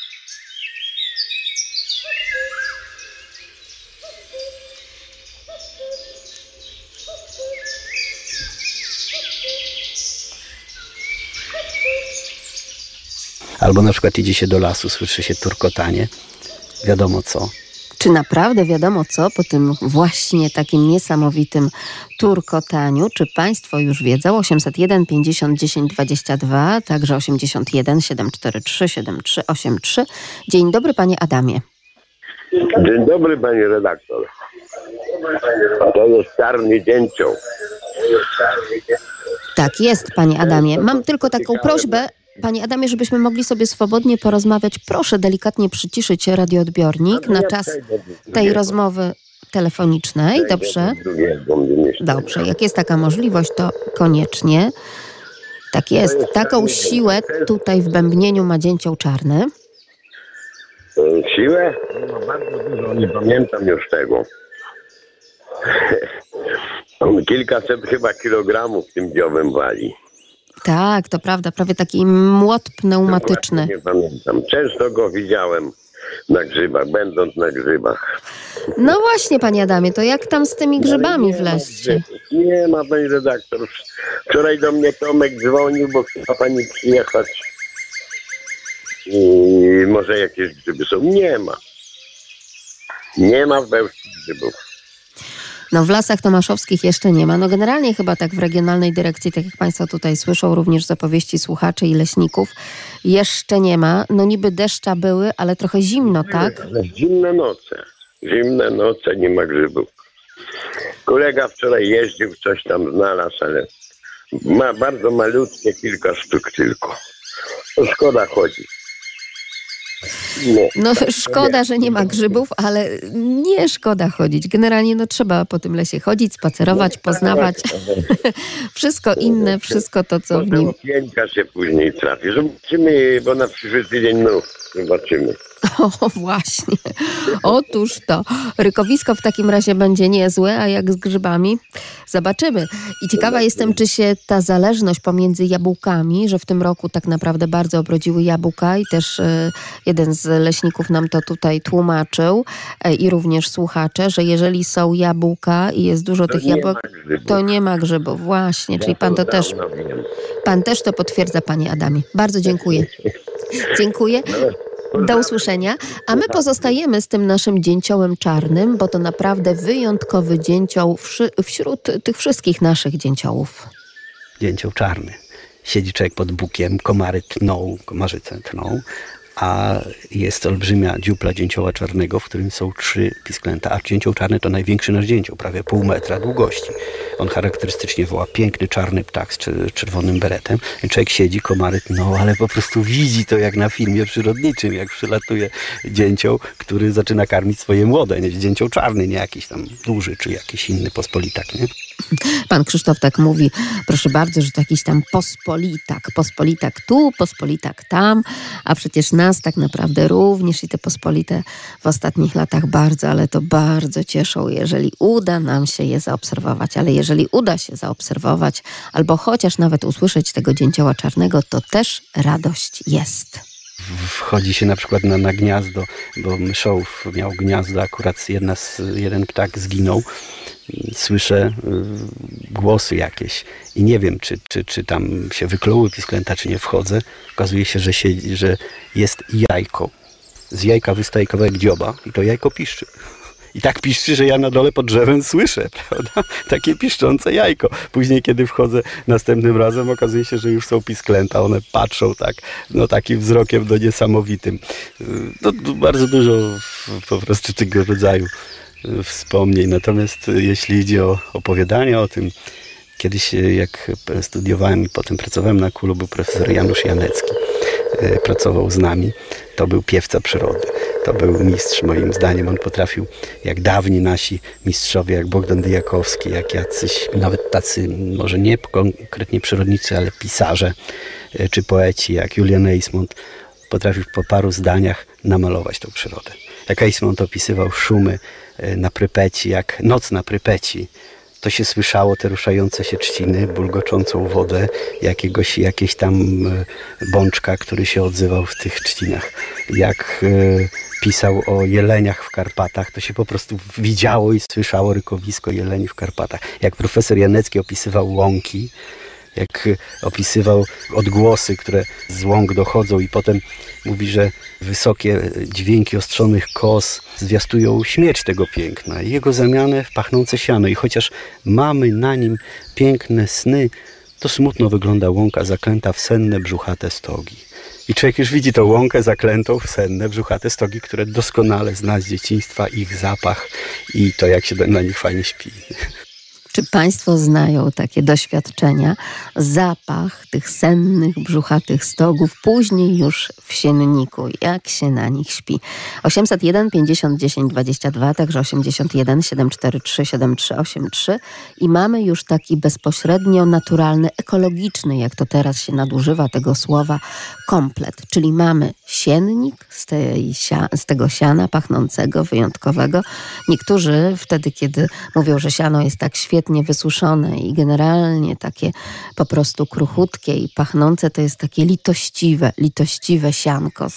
Albo na przykład idzie się do lasu, słyszy się turkotanie, wiadomo co. Czy naprawdę wiadomo co po tym właśnie takim niesamowitym turkotaniu? Czy państwo już wiedzą? osiemset jeden pięćdziesiąt dziesięć dwadzieścia dwa, także osiemdziesiąt jeden siedem cztery trzy siedem trzy osiem trzy. Dzień dobry, panie Adamie. Dzień dobry, pani redaktor. To jest czarny dzięcioł. Tak jest, panie Adamie. Mam tylko taką prośbę, panie Adamie, żebyśmy mogli sobie swobodnie porozmawiać. Proszę delikatnie przyciszyć radioodbiornik na czas tej rozmowy telefonicznej. Dobrze? Dobrze. Jak jest taka możliwość, to koniecznie. Tak jest. Taką siłę tutaj w bębnieniu ma dzięcioł czarny. Siłę? No bardzo dużo, nie pamiętam już tego. On kilkaset chyba kilogramów tym dziobem wali. Tak, to prawda, prawie taki młot pneumatyczny. No nie pamiętam. Często go widziałem na grzybach, będąc na grzybach. No właśnie, panie Adamie, to jak tam z tymi grzybami nie w ma lesie? grzybów. Nie ma, pani redaktor. Wczoraj do mnie Tomek dzwonił, bo chciała pani przyjechać. I może jakieś grzyby są. Nie ma. Nie ma w Bełżcu grzybów. No w Lasach Tomaszowskich jeszcze nie ma. No generalnie chyba tak w regionalnej dyrekcji, tak jak państwo tutaj słyszą, również z opowieści słuchaczy i leśników, jeszcze nie ma. No niby deszcze były, ale trochę zimno, tak? Ale zimne noce. Zimne noce, nie ma grzybów. Kolega wczoraj jeździł, coś tam znalazł, ale ma bardzo malutkie, kilka sztuk tylko. To szkoda chodzi. Nie. No szkoda, że nie ma grzybów, ale nie szkoda chodzić. Generalnie no trzeba po tym lesie chodzić, spacerować, poznawać. Wszystko inne, wszystko to, co w nim... Okienka się później trafi. Zobaczymy, bo na przyszły tydzień no, zobaczymy. O właśnie. Otóż to. Rykowisko w takim razie będzie niezłe, a jak z grzybami? Zobaczymy. I ciekawa jestem, czy się ta zależność pomiędzy jabłkami, że w tym roku tak naprawdę bardzo obrodziły jabłka i też y, jeden z leśników nam to tutaj tłumaczył y, i również słuchacze, że jeżeli są jabłka i jest dużo To tych nie jabłek, ma grzybów. to nie ma grzybów. Właśnie. Czyli Ja pan to też, dawno wiem. pan też to potwierdza, panie Adamie. Bardzo dziękuję. Dziękuję. Do usłyszenia. A my pozostajemy z tym naszym dzięciołem czarnym, bo to naprawdę wyjątkowy dzięcioł wszy- wśród tych wszystkich naszych dzięciołów. Dzięcioł czarny. Siedzi człowiek pod bukiem, komary tną, komarzyce tną, a jest olbrzymia dziupla dzięcioła czarnego, w którym są trzy pisklęta. A dzięcioł czarny to największy nasz dzięcioł, prawie pół metra długości. On charakterystycznie woła, piękny czarny ptak z czerwonym beretem. I człowiek siedzi, komary tną, ale po prostu widzi to jak na filmie przyrodniczym, jak przylatuje dzięcioł, który zaczyna karmić swoje młode. Nie? Dzięcioł czarny, nie jakiś tam duży, czy jakiś inny pospolitak, nie? Pan Krzysztof tak mówi, proszę bardzo, że to jakiś tam pospolitak. Pospolitak tu, pospolitak tam, a przecież nas tak naprawdę również i te pospolite w ostatnich latach bardzo, ale to bardzo cieszą, jeżeli uda nam się je zaobserwować. Ale jeżeli uda się zaobserwować albo chociaż nawet usłyszeć tego dzięcioła czarnego, to też radość jest. Wchodzi się na przykład na, na gniazdo, bo myszołów miał gniazdo, akurat jedna z, jeden ptak zginął. Słyszę y, głosy jakieś i nie wiem, czy, czy, czy tam się wykluły pisklęta, czy nie wchodzę. Okazuje się, że, się, że jest jajko. Z jajka wystaje kawałek dzioba i to jajko piszczy. I tak piszczy, że ja na dole pod drzewem słyszę, prawda? Takie piszczące jajko. Później, kiedy wchodzę następnym razem, okazuje się, że już są pisklęta. One patrzą tak, no takim wzrokiem no niesamowitym. No, bardzo dużo po prostu tego rodzaju wspomnień. Natomiast jeśli idzie o opowiadanie o tym, kiedyś jak studiowałem i potem pracowałem na Kulu, był profesor Janusz Janecki. Pracował z nami. To był piewca przyrody. To był mistrz moim zdaniem. On potrafił, jak dawni nasi mistrzowie, jak Bogdan Dyjakowski, jak jacyś, nawet tacy, może nie konkretnie przyrodnicy, ale pisarze czy poeci, jak Julian Eismont, potrafił po paru zdaniach namalować tą przyrodę. Jak Eismont opisywał szumy na Prypeci, jak noc na Prypeci, to się słyszało te ruszające się trzciny, bulgoczącą wodę, jakiegoś, jakieś tam bączka, który się odzywał w tych trzcinach. Jak e, pisał o jeleniach w Karpatach, to się po prostu widziało i słyszało rykowisko jeleni w Karpatach. Jak profesor Janecki opisywał łąki, jak opisywał odgłosy, które z łąk dochodzą i potem mówi, że wysokie dźwięki ostrzonych kos zwiastują śmierć tego piękna i jego zamianę w pachnące siano. I chociaż mamy na nim piękne sny, to smutno wygląda łąka zaklęta w senne, brzuchate stogi. I człowiek już widzi tą łąkę zaklętą w senne, brzuchate stogi, które doskonale zna z dzieciństwa, ich zapach i to, jak się na nich fajnie śpi. Czy państwo znają takie doświadczenia? Zapach tych sennych, brzuchatych stogów, później już w sienniku, jak się na nich śpi. osiemset jeden pięćdziesiąt dziesięć dwadzieścia dwa, także osiemdziesiąt jeden siedem cztery trzy siedem trzy osiem trzy i mamy już taki bezpośrednio naturalny, ekologiczny, jak to teraz się nadużywa tego słowa, komplet. Czyli mamy siennik z, tej, z tego siana pachnącego, wyjątkowego. Niektórzy wtedy, kiedy mówią, że siano jest tak świetnie wysuszone i generalnie takie po prostu kruchutkie i pachnące, to jest takie litościwe, litościwe sianko z tak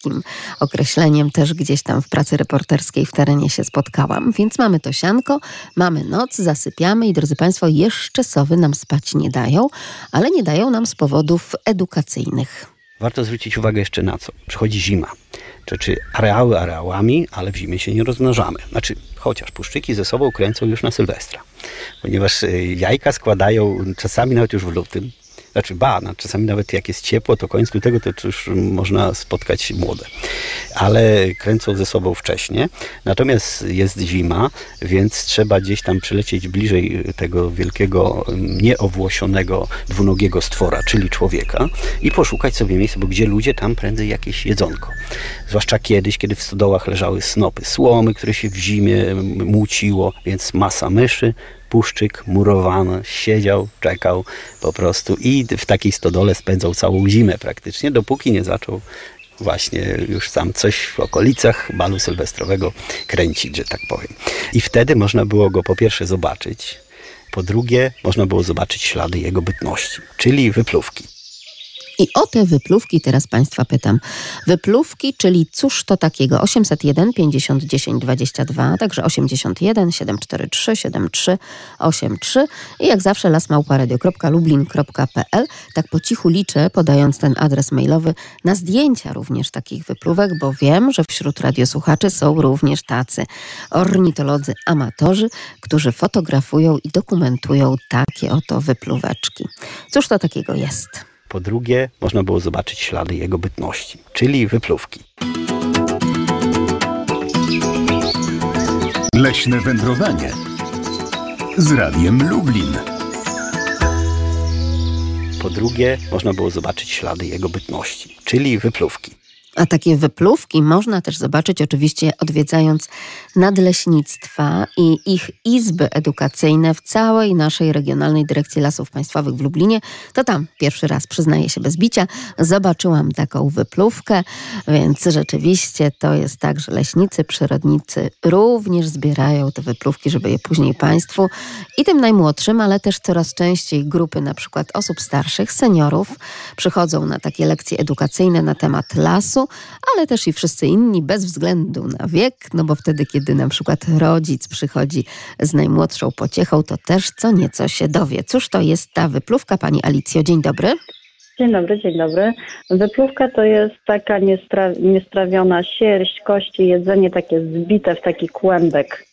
takim określeniem też gdzieś tam w pracy reporterskiej w terenie się spotkałam. Więc mamy to sianko, mamy noc, zasypiamy i drodzy Państwo, jeszcze sowy nam spać nie dają, ale nie dają nam z powodów edukacyjnych. Warto zwrócić uwagę jeszcze na co. Przychodzi zima. Czy, czy areały areałami, ale w zimie się nie rozmnażamy. Znaczy, chociaż puszczyki ze sobą kręcą już na Sylwestra. Ponieważ jajka składają czasami nawet już w lutym. Znaczy, ba, no, czasami nawet jak jest ciepło, to koniec lutego to już można spotkać młode. Ale kręcą ze sobą wcześnie. Natomiast jest zima, więc trzeba gdzieś tam przylecieć bliżej tego wielkiego, nieowłosionego, dwunogiego stwora, czyli człowieka i poszukać sobie miejsca, bo gdzie ludzie, tam prędzej jakieś jedzonko. Zwłaszcza kiedyś, kiedy w stodołach leżały snopy słomy, które się w zimie muciło, więc masa myszy. Puszczyk murowany, siedział, czekał po prostu i w takiej stodole spędzał całą zimę praktycznie, dopóki nie zaczął właśnie już sam coś w okolicach balu sylwestrowego kręcić, że tak powiem. I wtedy można było go po pierwsze zobaczyć, po drugie można było zobaczyć ślady jego bytności, czyli wypluwki. I o te wypluwki teraz Państwa pytam. Wypluwki, czyli cóż to takiego? osiemset jeden pięćdziesiąt dziesięć dwadzieścia dwa, także osiemdziesiąt jeden siedem cztery trzy siedem trzy osiem trzy i jak zawsze lasmałpa.radio kropka lublin kropka pe el. Tak po cichu liczę, podając ten adres mailowy, na zdjęcia również takich wypluwek, bo wiem, że wśród radiosłuchaczy są również tacy ornitolodzy amatorzy, którzy fotografują i dokumentują takie oto wypluweczki. Cóż to takiego jest? Po drugie, można było zobaczyć ślady jego bytności, czyli wypluwki. Leśne wędrowanie z Radiem Lublin. Po drugie, można było zobaczyć ślady jego bytności, czyli wypluwki. A takie wypluwki można też zobaczyć oczywiście odwiedzając nadleśnictwa i ich izby edukacyjne w całej naszej Regionalnej Dyrekcji Lasów Państwowych w Lublinie. To tam pierwszy raz, przyznaję się bez bicia, zobaczyłam taką wypluwkę, więc rzeczywiście to jest tak, że leśnicy, przyrodnicy również zbierają te wypluwki, żeby je później Państwu i tym najmłodszym, ale też coraz częściej grupy na przykład osób starszych, seniorów przychodzą na takie lekcje edukacyjne na temat lasu, ale też i wszyscy inni bez względu na wiek, no bo wtedy, kiedy na przykład rodzic przychodzi z najmłodszą pociechą, to też co nieco się dowie. Cóż to jest ta wypluwka? Pani Alicjo, dzień dobry. Dzień dobry, dzień dobry. Wypluwka to jest taka niestra- niestrawiona sierść, kości, jedzenie takie zbite w taki kłębek.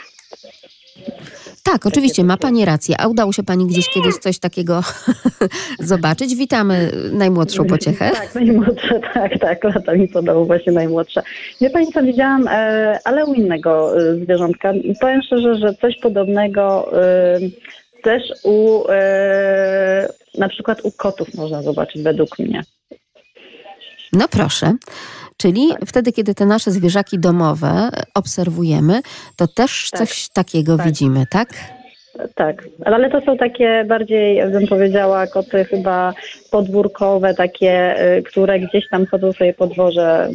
Tak, oczywiście, ma Pani rację. A udało się Pani gdzieś kiedyś coś takiego zobaczyć? Witamy najmłodszą pociechę. Tak, najmłodsza, tak, tak, lata mi podał właśnie najmłodsza. Wie Pani co, widziałam, e, ale u innego e, zwierzątka. Powiem szczerze, że coś podobnego e, też u, e, na przykład u kotów można zobaczyć według mnie. No proszę. Czyli tak. Wtedy, kiedy te nasze zwierzaki domowe obserwujemy, to też tak. coś takiego tak. widzimy, tak? Tak, ale to są takie bardziej, bym powiedziała, koty chyba podwórkowe, takie, które gdzieś tam chodzą sobie po dworze,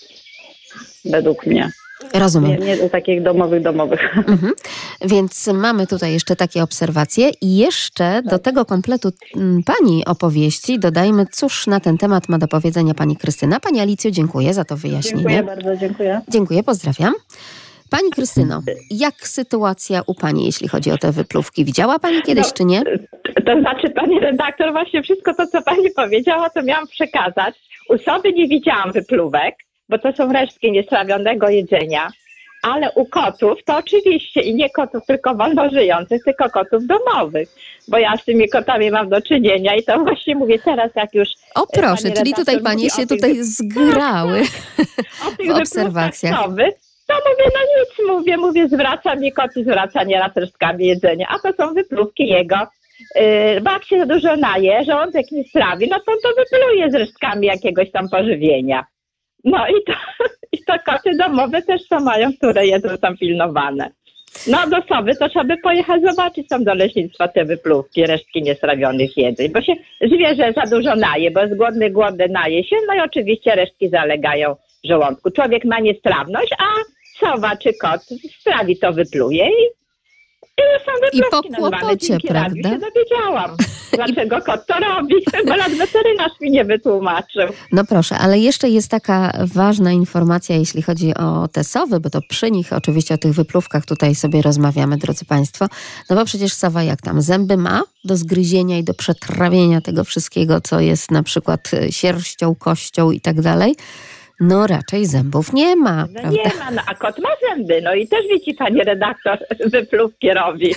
według mnie. Rozumiem. Nie, nie takich domowych, domowych. Mhm. Więc mamy tutaj jeszcze takie obserwacje i jeszcze tak. do tego kompletu m, Pani opowieści dodajmy, cóż na ten temat ma do powiedzenia Pani Krystyna. Pani Alicjo, dziękuję za to wyjaśnienie. Dziękuję bardzo, dziękuję. Dziękuję, pozdrawiam. Pani Krystyno, jak sytuacja u Pani, jeśli chodzi o te wypluwki? Widziała Pani kiedyś, no, czy nie? To znaczy, Pani redaktor, właśnie wszystko to, co Pani powiedziała, to miałam przekazać. U sobie nie widziałam wypluwek, bo to są resztki niestrawionego jedzenia, ale u kotów to oczywiście i nie kotów tylko wolno żyjących, tylko kotów domowych, bo ja z tymi kotami mam do czynienia i to właśnie mówię teraz, jak już... O proszę, czyli tutaj Panie się tutaj tych... zgrały o tych w obserwacjach. Nowych, to mówię, no nic, mówię, mówię, zwraca mi koty, zwraca nieraz resztkami jedzenia, a to są wypluwki jego. Yy, bo jak się za dużo naje, żołądek nie strawi, no to to wypluje z resztkami jakiegoś tam pożywienia. No i to, i to koty domowe też to mają, które jedzą tam pilnowane. No do sowy to trzeba by pojechać zobaczyć tam do leśnictwa te wypluwki, resztki niestrawionych jedzeń, bo się zwierzę za dużo naje, bo jest głodny, głodny naje się, no i oczywiście resztki zalegają w żołądku. Człowiek ma niestrawność, a sowa czy kot strawi to wypluje i, i są wypluwki. I po kłopocie, prawda? Się dowiedziałam. dlaczego kot to robi, bo nawet weterynarz mi nie wytłumaczył. No proszę, ale jeszcze jest taka ważna informacja, jeśli chodzi o te sowy, bo to przy nich oczywiście o tych wypluwkach tutaj sobie rozmawiamy, drodzy Państwo. No bo przecież sowa jak tam zęby ma do zgryzienia i do przetrawienia tego wszystkiego, co jest na przykład sierścią, kością i tak dalej. No raczej zębów nie ma, No prawda? nie ma, no, a kot ma zęby, no i też wiecie, pani redaktor, wypluwki robi.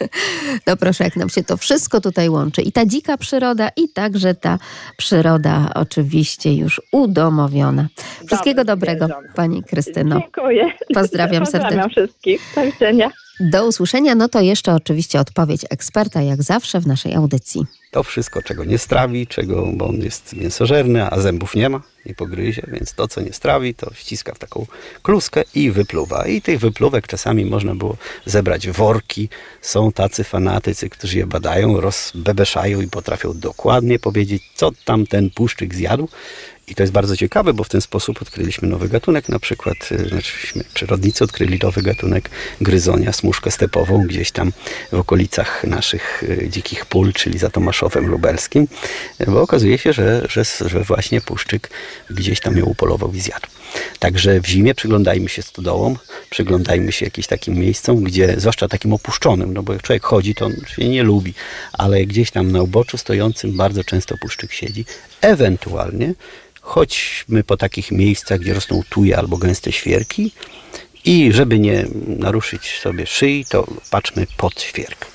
No proszę, jak nam się to wszystko tutaj łączy. I ta dzika przyroda, i także ta przyroda oczywiście już udomowiona. Wszystkiego Dobre dobrego, zwierząt. pani Krystyno. Dziękuję. Pozdrawiam serdecznie. Pozdrawiam wszystkich. Do widzenia. Do usłyszenia. No to jeszcze oczywiście odpowiedź eksperta, jak zawsze w naszej audycji. To wszystko, czego nie strawi, czego, bo on jest mięsożerny, a zębów nie ma, nie pogryzie, więc to, co nie strawi, to ściska w taką kluskę i wypluwa. I tych wypluwek czasami można było zebrać worki. Są tacy fanatycy, którzy je badają, rozbebeszają i potrafią dokładnie powiedzieć, co tam ten puszczyk zjadł. I to jest bardzo ciekawe, bo w ten sposób odkryliśmy nowy gatunek, na przykład znaczy, przyrodnicy odkryli nowy gatunek gryzonia, smuszkę stepową, gdzieś tam w okolicach naszych dzikich pól, czyli za Tomaszowem Lubelskim, bo okazuje się, że, że, że właśnie puszczyk gdzieś tam ją upolował i zjadł. Także w zimie przyglądajmy się stodołom, przyglądajmy się jakimś takim miejscom, gdzie, zwłaszcza takim opuszczonym, no bo jak człowiek chodzi, to on się nie lubi, ale gdzieś tam na uboczu stojącym bardzo często puszczyk siedzi. Ewentualnie chodźmy po takich miejscach, gdzie rosną tuje albo gęste świerki i żeby nie naruszyć sobie szyi, to patrzmy pod świerk.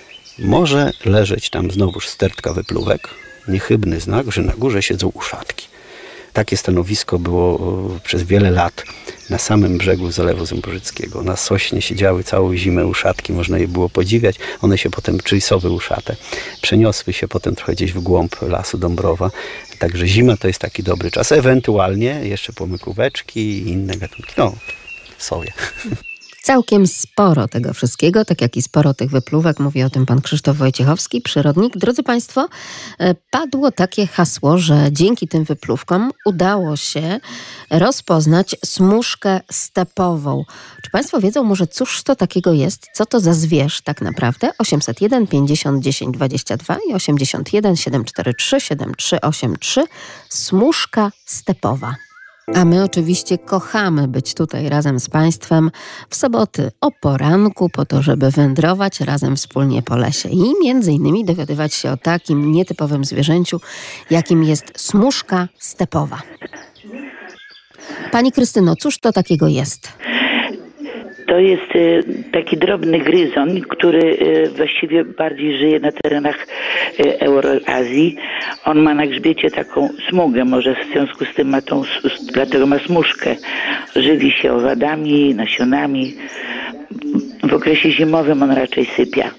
Może leżeć tam znowuż stertka wypluwek, niechybny znak, że na górze siedzą uszatki. Takie stanowisko było przez wiele lat na samym brzegu Zalewu Zembrzyckiego. Na sośnie siedziały całą zimę uszatki, można je było podziwiać. One się potem, czyli sowy uszate, przeniosły się potem trochę gdzieś w głąb lasu Dąbrowa. Także zima to jest taki dobry czas. Ewentualnie jeszcze płomykóweczki i inne gatunki. No, sowie. Całkiem sporo tego wszystkiego, tak jak i sporo tych wypluwek, mówi o tym pan Krzysztof Wojciechowski, przyrodnik. Drodzy Państwo, padło takie hasło, że dzięki tym wypluwkom udało się rozpoznać smuszkę stepową. Czy Państwo wiedzą może, cóż to takiego jest? Co to za zwierz tak naprawdę? osiemset jeden pięćdziesiąt dziesięć dwadzieścia dwa i osiemdziesiąt jeden siedem cztery trzy siedem trzy osiem trzy. Smuszka stepowa. A my oczywiście kochamy być tutaj razem z Państwem w soboty o poranku po to, żeby wędrować razem wspólnie po lesie i między innymi dowiadywać się o takim nietypowym zwierzęciu, jakim jest smuszka stepowa. Pani Krystyno, cóż to takiego jest? To jest y, taki drobny gryzon, który y, właściwie bardziej żyje na terenach y, Euroazji. On ma na grzbiecie taką smugę, może w związku z tym ma tą, dlatego ma smuszkę. Żywi się owadami, nasionami. W okresie zimowym on raczej sypia.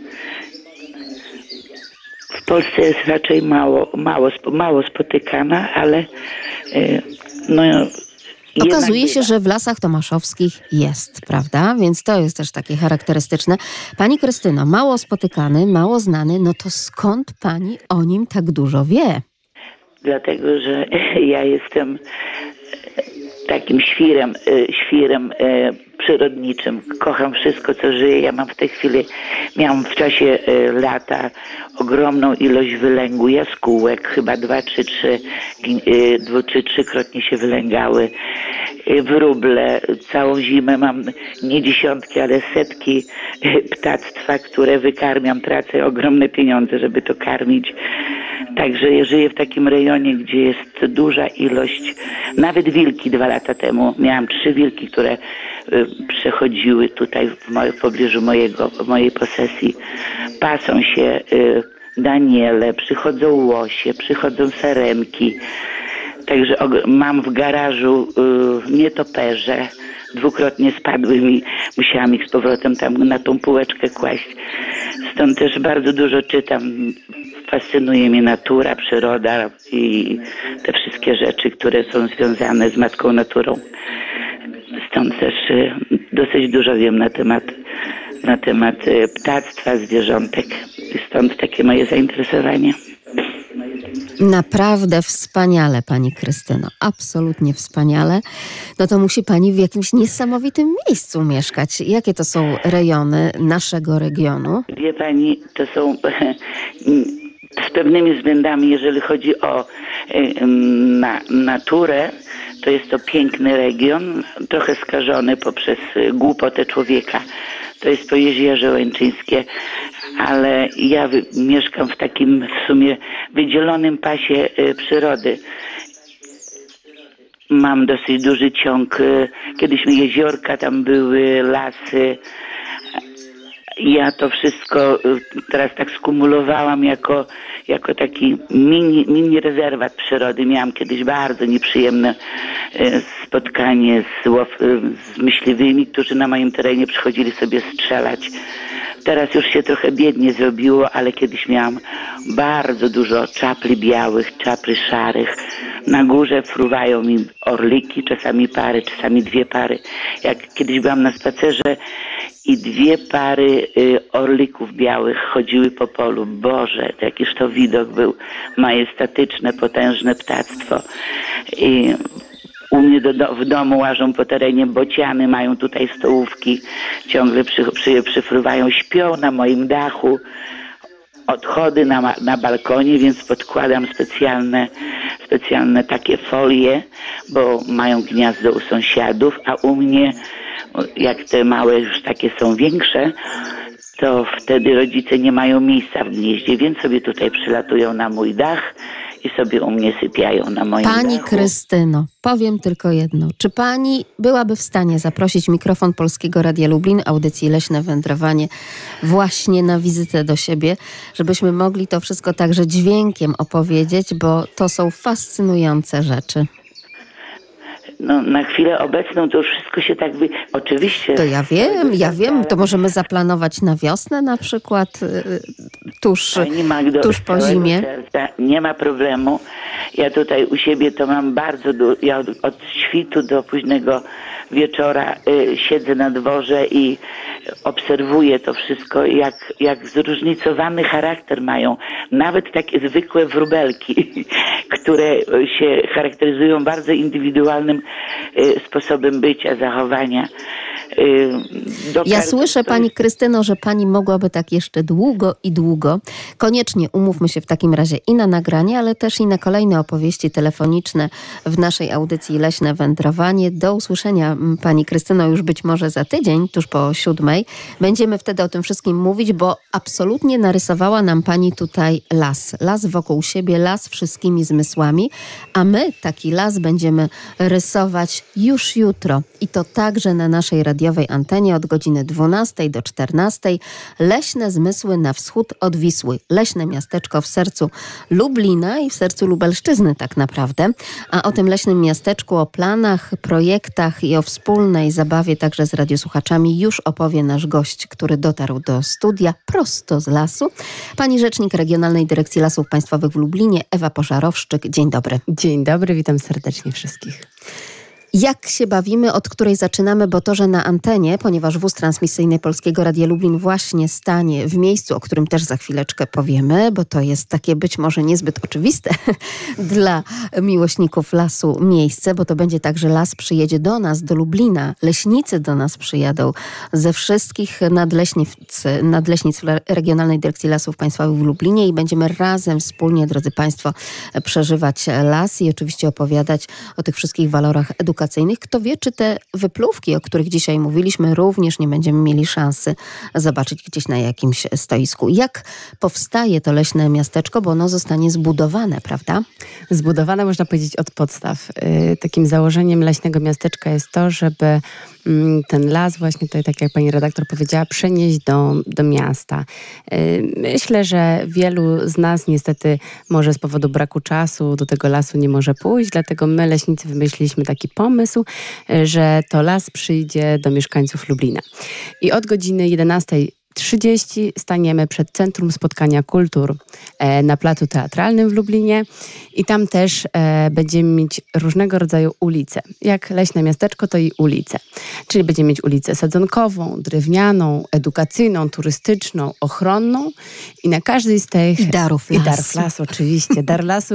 W Polsce jest raczej mało, mało, mało spotykana, ale y, no okazuje się, że w Lasach Tomaszowskich jest, prawda? Więc to jest też takie charakterystyczne. Pani Krystyno, mało spotykany, mało znany, no to skąd pani o nim tak dużo wie? Dlatego, że ja jestem takim świrem, świrem przyrodniczym. Kocham wszystko, co żyje. Ja mam w tej chwili, miałam w czasie lata ogromną ilość wylęgu jaskółek, chyba dwa, trzy, trzy, dwu czy trzykrotnie się wylęgały. Wróble, całą zimę mam nie dziesiątki, ale setki ptactwa, które wykarmiam, tracę ogromne pieniądze, żeby to karmić. Także ja żyję w takim rejonie, gdzie jest duża ilość, nawet wilki dwa lata temu. Miałam trzy wilki, które y, przechodziły tutaj w, moje, w pobliżu mojego, mojej posesji. Pasą się y, daniele, przychodzą łosie, przychodzą sarenki. Także og- mam w garażu y, nietoperze. Dwukrotnie spadły mi, musiałam ich z powrotem tam na tą półeczkę kłaść. Stąd też bardzo dużo czytam. Fascynuje mnie natura, przyroda i te wszystkie rzeczy, które są związane z matką naturą. Stąd też dosyć dużo wiem na temat, na temat ptactwa, zwierzątek. Stąd takie moje zainteresowanie. Naprawdę wspaniale, pani Krystyno. Absolutnie wspaniale. No to musi pani w jakimś niesamowitym miejscu mieszkać. Jakie to są rejony naszego regionu? Wie pani, to są z pewnymi względami, jeżeli chodzi o y, na, naturę, to jest to piękny region, trochę skażony poprzez głupotę człowieka. To jest Pojezierze Łęczyńskie, ale ja wy, mieszkam w takim w sumie wydzielonym pasie y, przyrody. Mam dosyć duży ciąg, y, kiedyś mi jeziorka, tam były lasy. Ja to wszystko y, teraz tak skumulowałam jako, jako taki mini, mini rezerwat przyrody. Miałam kiedyś bardzo nieprzyjemne y, spotkanie z, łow, y, z myśliwymi, którzy na moim terenie przychodzili sobie strzelać. Teraz już się trochę biednie zrobiło, ale kiedyś miałam bardzo dużo czapli białych, czapli szarych. Na górze fruwają mi orliki, czasami pary, czasami dwie pary. Jak kiedyś byłam na spacerze i dwie pary y, orlików białych chodziły po polu. Boże, to jakiż to widok był majestatyczne, potężne ptactwo. I u mnie do, do, w domu łażą po terenie bociany, mają tutaj stołówki, ciągle przy, przy, przyfruwają, śpią na moim dachu. Odchody na, na balkonie, więc podkładam specjalne, specjalne takie folie, bo mają gniazdo u sąsiadów, a u mnie, jak te małe już takie są większe, to wtedy rodzice nie mają miejsca w gnieździe, więc sobie tutaj przylatują na mój dach i sobie u mnie sypiają na moim Pani dachu. Krystyno, powiem tylko jedno. Czy pani byłaby w stanie zaprosić mikrofon Polskiego Radia Lublin, audycji Leśne Wędrowanie, właśnie na wizytę do siebie, żebyśmy mogli to wszystko także dźwiękiem opowiedzieć, bo to są fascynujące rzeczy. No, na chwilę obecną to już wszystko się tak... Wy... Oczywiście... To ja wiem, ja wiem. To możemy zaplanować na wiosnę na przykład, tuż, Magdo, tuż po zimie. Serca, nie ma problemu. Ja tutaj u siebie to mam bardzo... Du... Ja od, od świtu do późnego wieczora y, siedzę na dworze i obserwuję to wszystko, jak, jak zróżnicowany charakter mają. Nawet takie zwykłe wróbelki, które się charakteryzują bardzo indywidualnym y, sposobem bycia, zachowania. Y, ja słyszę, pani Krystyno, że pani mogłaby tak jeszcze długo i długo. Koniecznie umówmy się w takim razie i na nagranie, ale też i na kolejne opowieści telefoniczne w naszej audycji Leśne Wędrowanie. Do usłyszenia, pani Krystyno, już być może za tydzień, tuż po siódmej. Będziemy wtedy o tym wszystkim mówić, bo absolutnie narysowała nam pani tutaj las. Las wokół siebie, las wszystkimi zmysłami, a my taki las będziemy rysować już jutro. I to także na naszej radiowej antenie od godziny dwunastej do czternastej. Leśne zmysły na wschód od Wisły. Leśne miasteczko w sercu Lublina i w sercu Lubelszczyzny tak naprawdę. A o tym leśnym miasteczku, o planach, projektach i o wspólnej zabawie także z radiosłuchaczami już opowie nasz gość, który dotarł do studia prosto z lasu. Pani rzecznik Regionalnej Dyrekcji Lasów Państwowych w Lublinie, Ewa Pożarowszczyk. Dzień dobry. Dzień dobry, witam serdecznie wszystkich. Jak się bawimy, od której zaczynamy, bo to, że na antenie, ponieważ wóz transmisyjny Polskiego Radia Lublin właśnie stanie w miejscu, o którym też za chwileczkę powiemy, bo to jest takie być może niezbyt oczywiste dla miłośników lasu miejsce, bo to będzie tak, że las przyjedzie do nas, do Lublina, leśnicy do nas przyjadą ze wszystkich nadleśnic, nadleśnic Regionalnej Dyrekcji Lasów Państwowych w Lublinie i będziemy razem, wspólnie, drodzy Państwo, przeżywać las i oczywiście opowiadać o tych wszystkich walorach edukacyjnych. Kto wie, czy te wypłówki, o których dzisiaj mówiliśmy, również nie będziemy mieli szansy zobaczyć gdzieś na jakimś stoisku. Jak powstaje to leśne miasteczko, bo ono zostanie zbudowane, prawda? Zbudowane, można powiedzieć, od podstaw. Takim założeniem leśnego miasteczka jest to, żeby ten las właśnie tutaj, tak jak pani redaktor powiedziała, przenieść do, do miasta. Myślę, że wielu z nas niestety może z powodu braku czasu do tego lasu nie może pójść, dlatego my, leśnicy, wymyśliliśmy taki pomysł, że to las przyjdzie do mieszkańców Lublina. I od godziny jedenastej trzydzieści staniemy przed Centrum Spotkania Kultur e, na Placu Teatralnym w Lublinie i tam też e, będziemy mieć różnego rodzaju ulice. Jak leśne miasteczko, to i ulice. Czyli będziemy mieć ulicę sadzonkową, drewnianą, edukacyjną, turystyczną, ochronną i na każdej z tych... I darów lasu. I darów lasu, oczywiście. Dar lasu,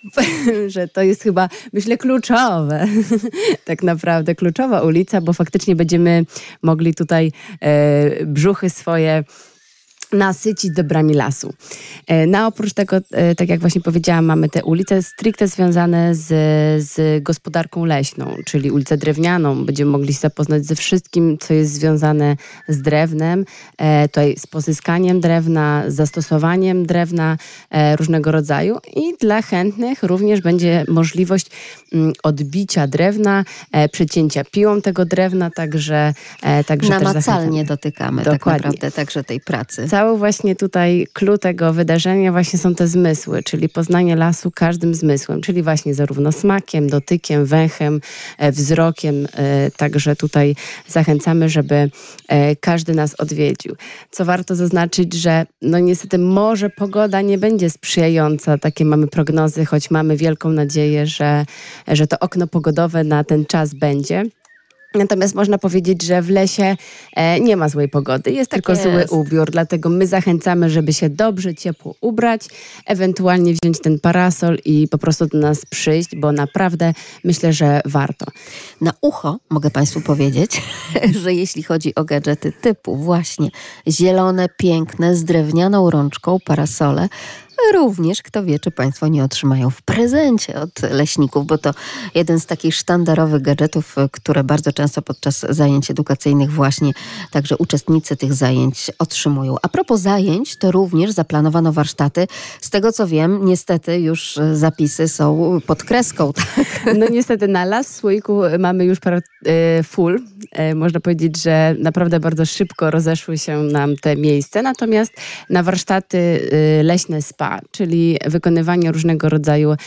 że to jest chyba, myślę, kluczowe. Tak naprawdę kluczowa ulica, bo faktycznie będziemy mogli tutaj e, brzuchy swoje nasycić dobrami lasu. No oprócz tego, tak jak właśnie powiedziałam, mamy te ulice stricte związane z, z gospodarką leśną, czyli ulicę drewnianą. Będziemy mogli się zapoznać ze wszystkim, co jest związane z drewnem, e, tutaj z pozyskaniem drewna, z zastosowaniem drewna e, różnego rodzaju i dla chętnych również będzie możliwość m, odbicia drewna, e, przecięcia piłą tego drewna, także, e, także namacalnie też dotykamy Dokładnie. tak naprawdę także tej pracy. Cały właśnie tutaj clue tego wydarzenia właśnie są te zmysły, czyli poznanie lasu każdym zmysłem, czyli właśnie zarówno smakiem, dotykiem, węchem, e, wzrokiem. E, także tutaj zachęcamy, żeby e, każdy nas odwiedził. Co warto zaznaczyć, że no niestety może pogoda nie będzie sprzyjająca, takie mamy prognozy, choć mamy wielką nadzieję, że, że to okno pogodowe na ten czas będzie. Natomiast można powiedzieć, że w lesie e, nie ma złej pogody, jest tak tylko jest. zły ubiór, dlatego my zachęcamy, żeby się dobrze, ciepło ubrać, ewentualnie wziąć ten parasol i po prostu do nas przyjść, bo naprawdę myślę, że warto. Na ucho mogę Państwu powiedzieć, że jeśli chodzi o gadżety typu właśnie zielone, piękne, z drewnianą rączką parasole, również, kto wie, czy Państwo nie otrzymają w prezencie od leśników, bo to jeden z takich sztandarowych gadżetów, które bardzo często podczas zajęć edukacyjnych właśnie także uczestnicy tych zajęć otrzymują. A propos zajęć, to również zaplanowano warsztaty. Z tego co wiem, niestety już zapisy są pod kreską. Tak? No niestety na Las w Słoiku mamy już par, e, full. E, można powiedzieć, że naprawdę bardzo szybko rozeszły się nam te miejsca. Natomiast na warsztaty e, leśne spa, czyli wykonywanie różnego rodzaju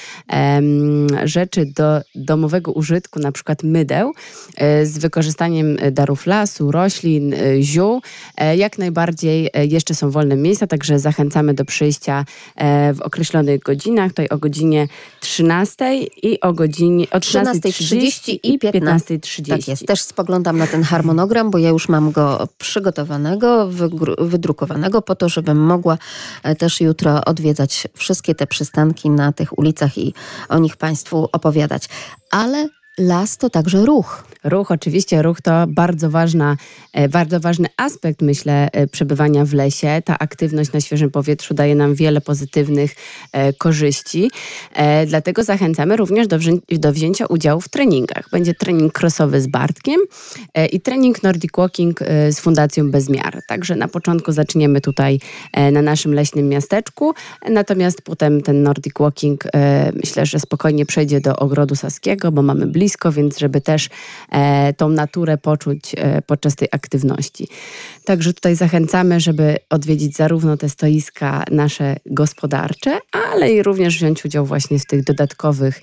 em, rzeczy do domowego użytku, na przykład mydeł, e, z wykorzystaniem darów lasu, roślin, e, ziół. E, jak najbardziej e, jeszcze są wolne miejsca, także zachęcamy do przyjścia e, w określonych godzinach, tutaj o godzinie trzynastej i o godzinie o trzynastej trzydzieści i piętnastej trzydzieści. Tak jest, też spoglądam na ten harmonogram, bo ja już mam go przygotowanego, wydrukowanego po to, żebym mogła też jutro odwiedzić wszystkie te przystanki na tych ulicach i o nich Państwu opowiadać. Ale las to także ruch. Ruch, oczywiście, ruch to bardzo ważna, bardzo ważny aspekt, myślę, przebywania w lesie. Ta aktywność na świeżym powietrzu daje nam wiele pozytywnych e, korzyści. E, dlatego zachęcamy również do, wzię- do wzięcia udziału w treningach. Będzie trening crossowy z Bartkiem e, i trening Nordic Walking e, z Fundacją Bezmiar. Także na początku zaczniemy tutaj e, na naszym leśnym miasteczku, natomiast potem ten Nordic Walking e, myślę, że spokojnie przejdzie do Ogrodu Saskiego, bo mamy blisko, więc żeby też e, tą naturę poczuć e, podczas tej aktywności. Także tutaj zachęcamy, żeby odwiedzić zarówno te stoiska nasze gospodarcze, ale i również wziąć udział właśnie w tych dodatkowych,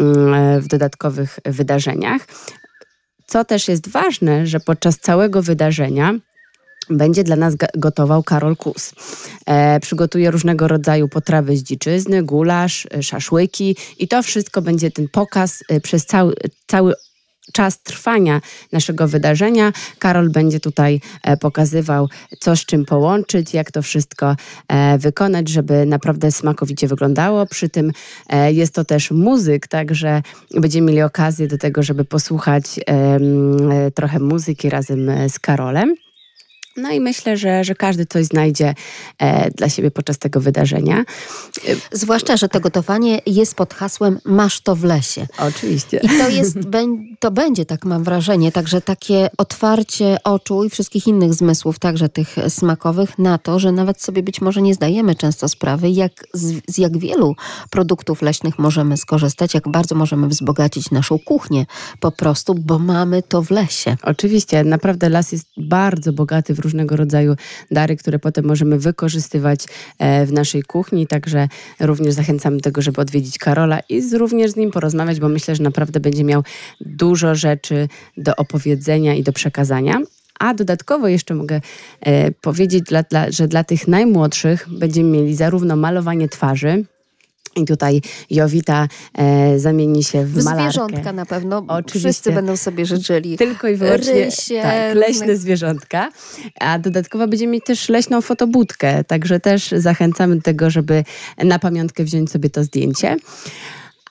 w dodatkowych wydarzeniach. Co też jest ważne, że podczas całego wydarzenia będzie dla nas gotował Karol Kus. E, przygotuje różnego rodzaju potrawy z dziczyzny, gulasz, szaszłyki i to wszystko będzie ten pokaz e, przez cały, cały czas trwania naszego wydarzenia. Karol będzie tutaj e, pokazywał, co z czym połączyć, jak to wszystko e, wykonać, żeby naprawdę smakowicie wyglądało. Przy tym e, jest to też muzyk, także będziemy mieli okazję do tego, żeby posłuchać e, e, trochę muzyki razem z Karolem. No i myślę, że, że każdy coś znajdzie e, dla siebie podczas tego wydarzenia. Zwłaszcza, że to gotowanie jest pod hasłem "Masz to w lesie". Oczywiście. I to jest, to będzie, tak mam wrażenie, także takie otwarcie oczu i wszystkich innych zmysłów, także tych smakowych, na to, że nawet sobie być może nie zdajemy często sprawy, jak, z, z jak wielu produktów leśnych możemy skorzystać, jak bardzo możemy wzbogacić naszą kuchnię po prostu, bo mamy to w lesie. Oczywiście, naprawdę las jest bardzo bogaty w różnego rodzaju dary, które potem możemy wykorzystywać w naszej kuchni, także również zachęcamy do tego, żeby odwiedzić Karola i z, również z nim porozmawiać, bo myślę, że naprawdę będzie miał dużo rzeczy do opowiedzenia i do przekazania. A dodatkowo jeszcze mogę e, powiedzieć, dla, dla, że dla tych najmłodszych będziemy mieli zarówno malowanie twarzy, i tutaj Jowita e, zamieni się w, w malarkę. Zwierzątka na pewno. Oczywiście. Wszyscy będą sobie życzyli. Tylko i wyłącznie rysie, tak, leśne zwierzątka. A dodatkowo będziemy mieć też leśną fotobudkę. Także też zachęcamy do tego, żeby na pamiątkę wziąć sobie to zdjęcie. A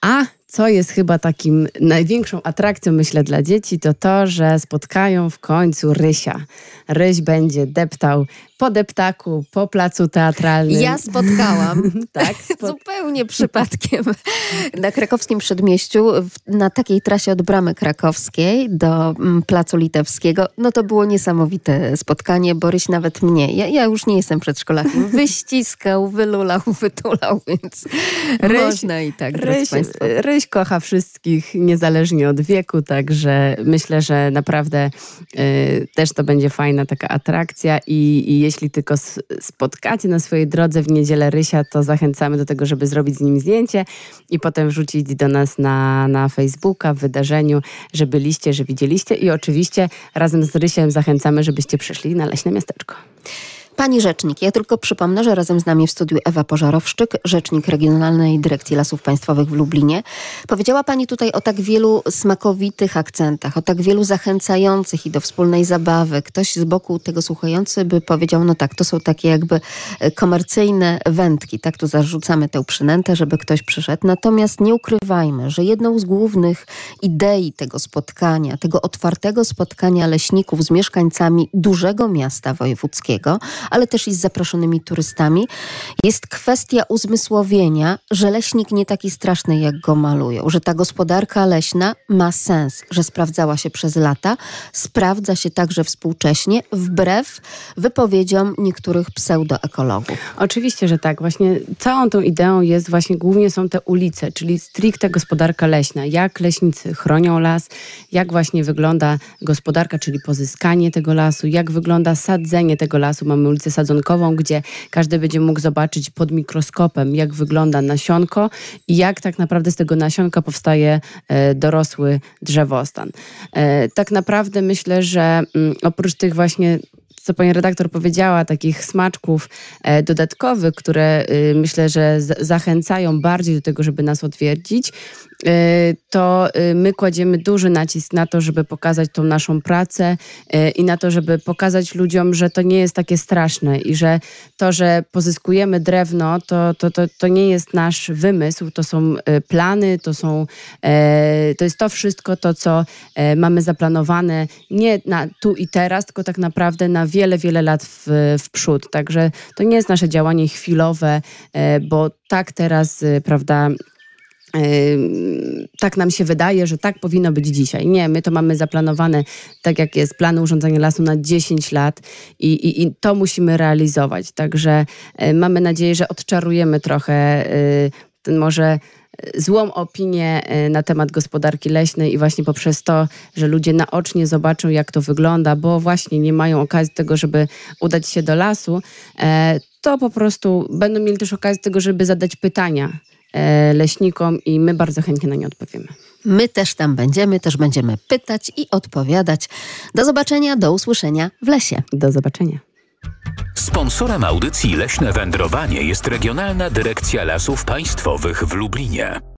co jest chyba takim największą atrakcją, myślę, dla dzieci, to to, że spotkają w końcu Rysia. Ryś będzie deptał po deptaku, po placu teatralnym. Ja spotkałam, tak, spo... zupełnie przypadkiem, na krakowskim przedmieściu, na takiej trasie od Bramy Krakowskiej do Placu Litewskiego. No to było niesamowite spotkanie, bo Ryś nawet mnie, ja, ja już nie jestem przedszkolakiem, wyściskał, wylulał, wytulał, więc Ryś, można i tak, Ryś, Państwo. Ryś kocha wszystkich, niezależnie od wieku, także myślę, że naprawdę y, też to będzie fajna taka atrakcja i, i jeśli tylko spotkacie na swojej drodze w niedzielę Rysia, to zachęcamy do tego, żeby zrobić z nim zdjęcie i potem wrzucić do nas na, na Facebooka w wydarzeniu, że byliście, że widzieliście i oczywiście razem z Rysiem zachęcamy, żebyście przyszli na Leśne Miasteczko. Pani rzecznik, ja tylko przypomnę, że razem z nami w studiu Ewa Pożarowszczyk, rzecznik Regionalnej Dyrekcji Lasów Państwowych w Lublinie. Powiedziała Pani tutaj o tak wielu smakowitych akcentach, o tak wielu zachęcających i do wspólnej zabawy. Ktoś z boku tego słuchający by powiedział, no tak, to są takie jakby komercyjne wędki, tak, tu zarzucamy tę przynętę, żeby ktoś przyszedł. Natomiast nie ukrywajmy, że jedną z głównych idei tego spotkania, tego otwartego spotkania leśników z mieszkańcami dużego miasta wojewódzkiego, ale też i z zaproszonymi turystami, jest kwestia uzmysłowienia, że leśnik nie taki straszny, jak go malują, że ta gospodarka leśna ma sens, że sprawdzała się przez lata, sprawdza się także współcześnie, wbrew wypowiedziom niektórych pseudoekologów. Oczywiście, że tak. Właśnie całą tą ideą jest właśnie, głównie są te ulice, czyli stricte gospodarka leśna. Jak leśnicy chronią las, jak właśnie wygląda gospodarka, czyli pozyskanie tego lasu, jak wygląda sadzenie tego lasu. Mamy ulicę Sadzonkową, gdzie każdy będzie mógł zobaczyć pod mikroskopem, jak wygląda nasionko i jak tak naprawdę z tego nasionka powstaje e, dorosły drzewostan. E, tak naprawdę myślę, że m, oprócz tych właśnie, co pani redaktor powiedziała, takich smaczków e, dodatkowych, które e, myślę, że z, zachęcają bardziej do tego, żeby nas odwiedzić, e, to e, my kładziemy duży nacisk na to, żeby pokazać tą naszą pracę e, i na to, żeby pokazać ludziom, że to nie jest takie straszne i że to, że pozyskujemy drewno, to, to, to, to nie jest nasz wymysł, to są e, plany, to są e, to jest to wszystko to, co e, mamy zaplanowane nie na tu i teraz, tylko tak naprawdę na wiele, wiele lat w, w przód. Także to nie jest nasze działanie chwilowe, bo tak teraz, prawda, tak nam się wydaje, że tak powinno być dzisiaj. Nie, my to mamy zaplanowane, tak jak jest plany urządzania lasu na dziesięć lat i, i, i to musimy realizować. Także mamy nadzieję, że odczarujemy trochę ten może złą opinię na temat gospodarki leśnej i właśnie poprzez to, że ludzie naocznie zobaczą, jak to wygląda, bo właśnie nie mają okazji tego, żeby udać się do lasu, to po prostu będą mieli też okazję tego, żeby zadać pytania leśnikom i my bardzo chętnie na nie odpowiemy. My też tam będziemy, też będziemy pytać i odpowiadać. Do zobaczenia, do usłyszenia w lesie. Do zobaczenia. Sponsorem audycji Leśne Wędrowanie jest Regionalna Dyrekcja Lasów Państwowych w Lublinie.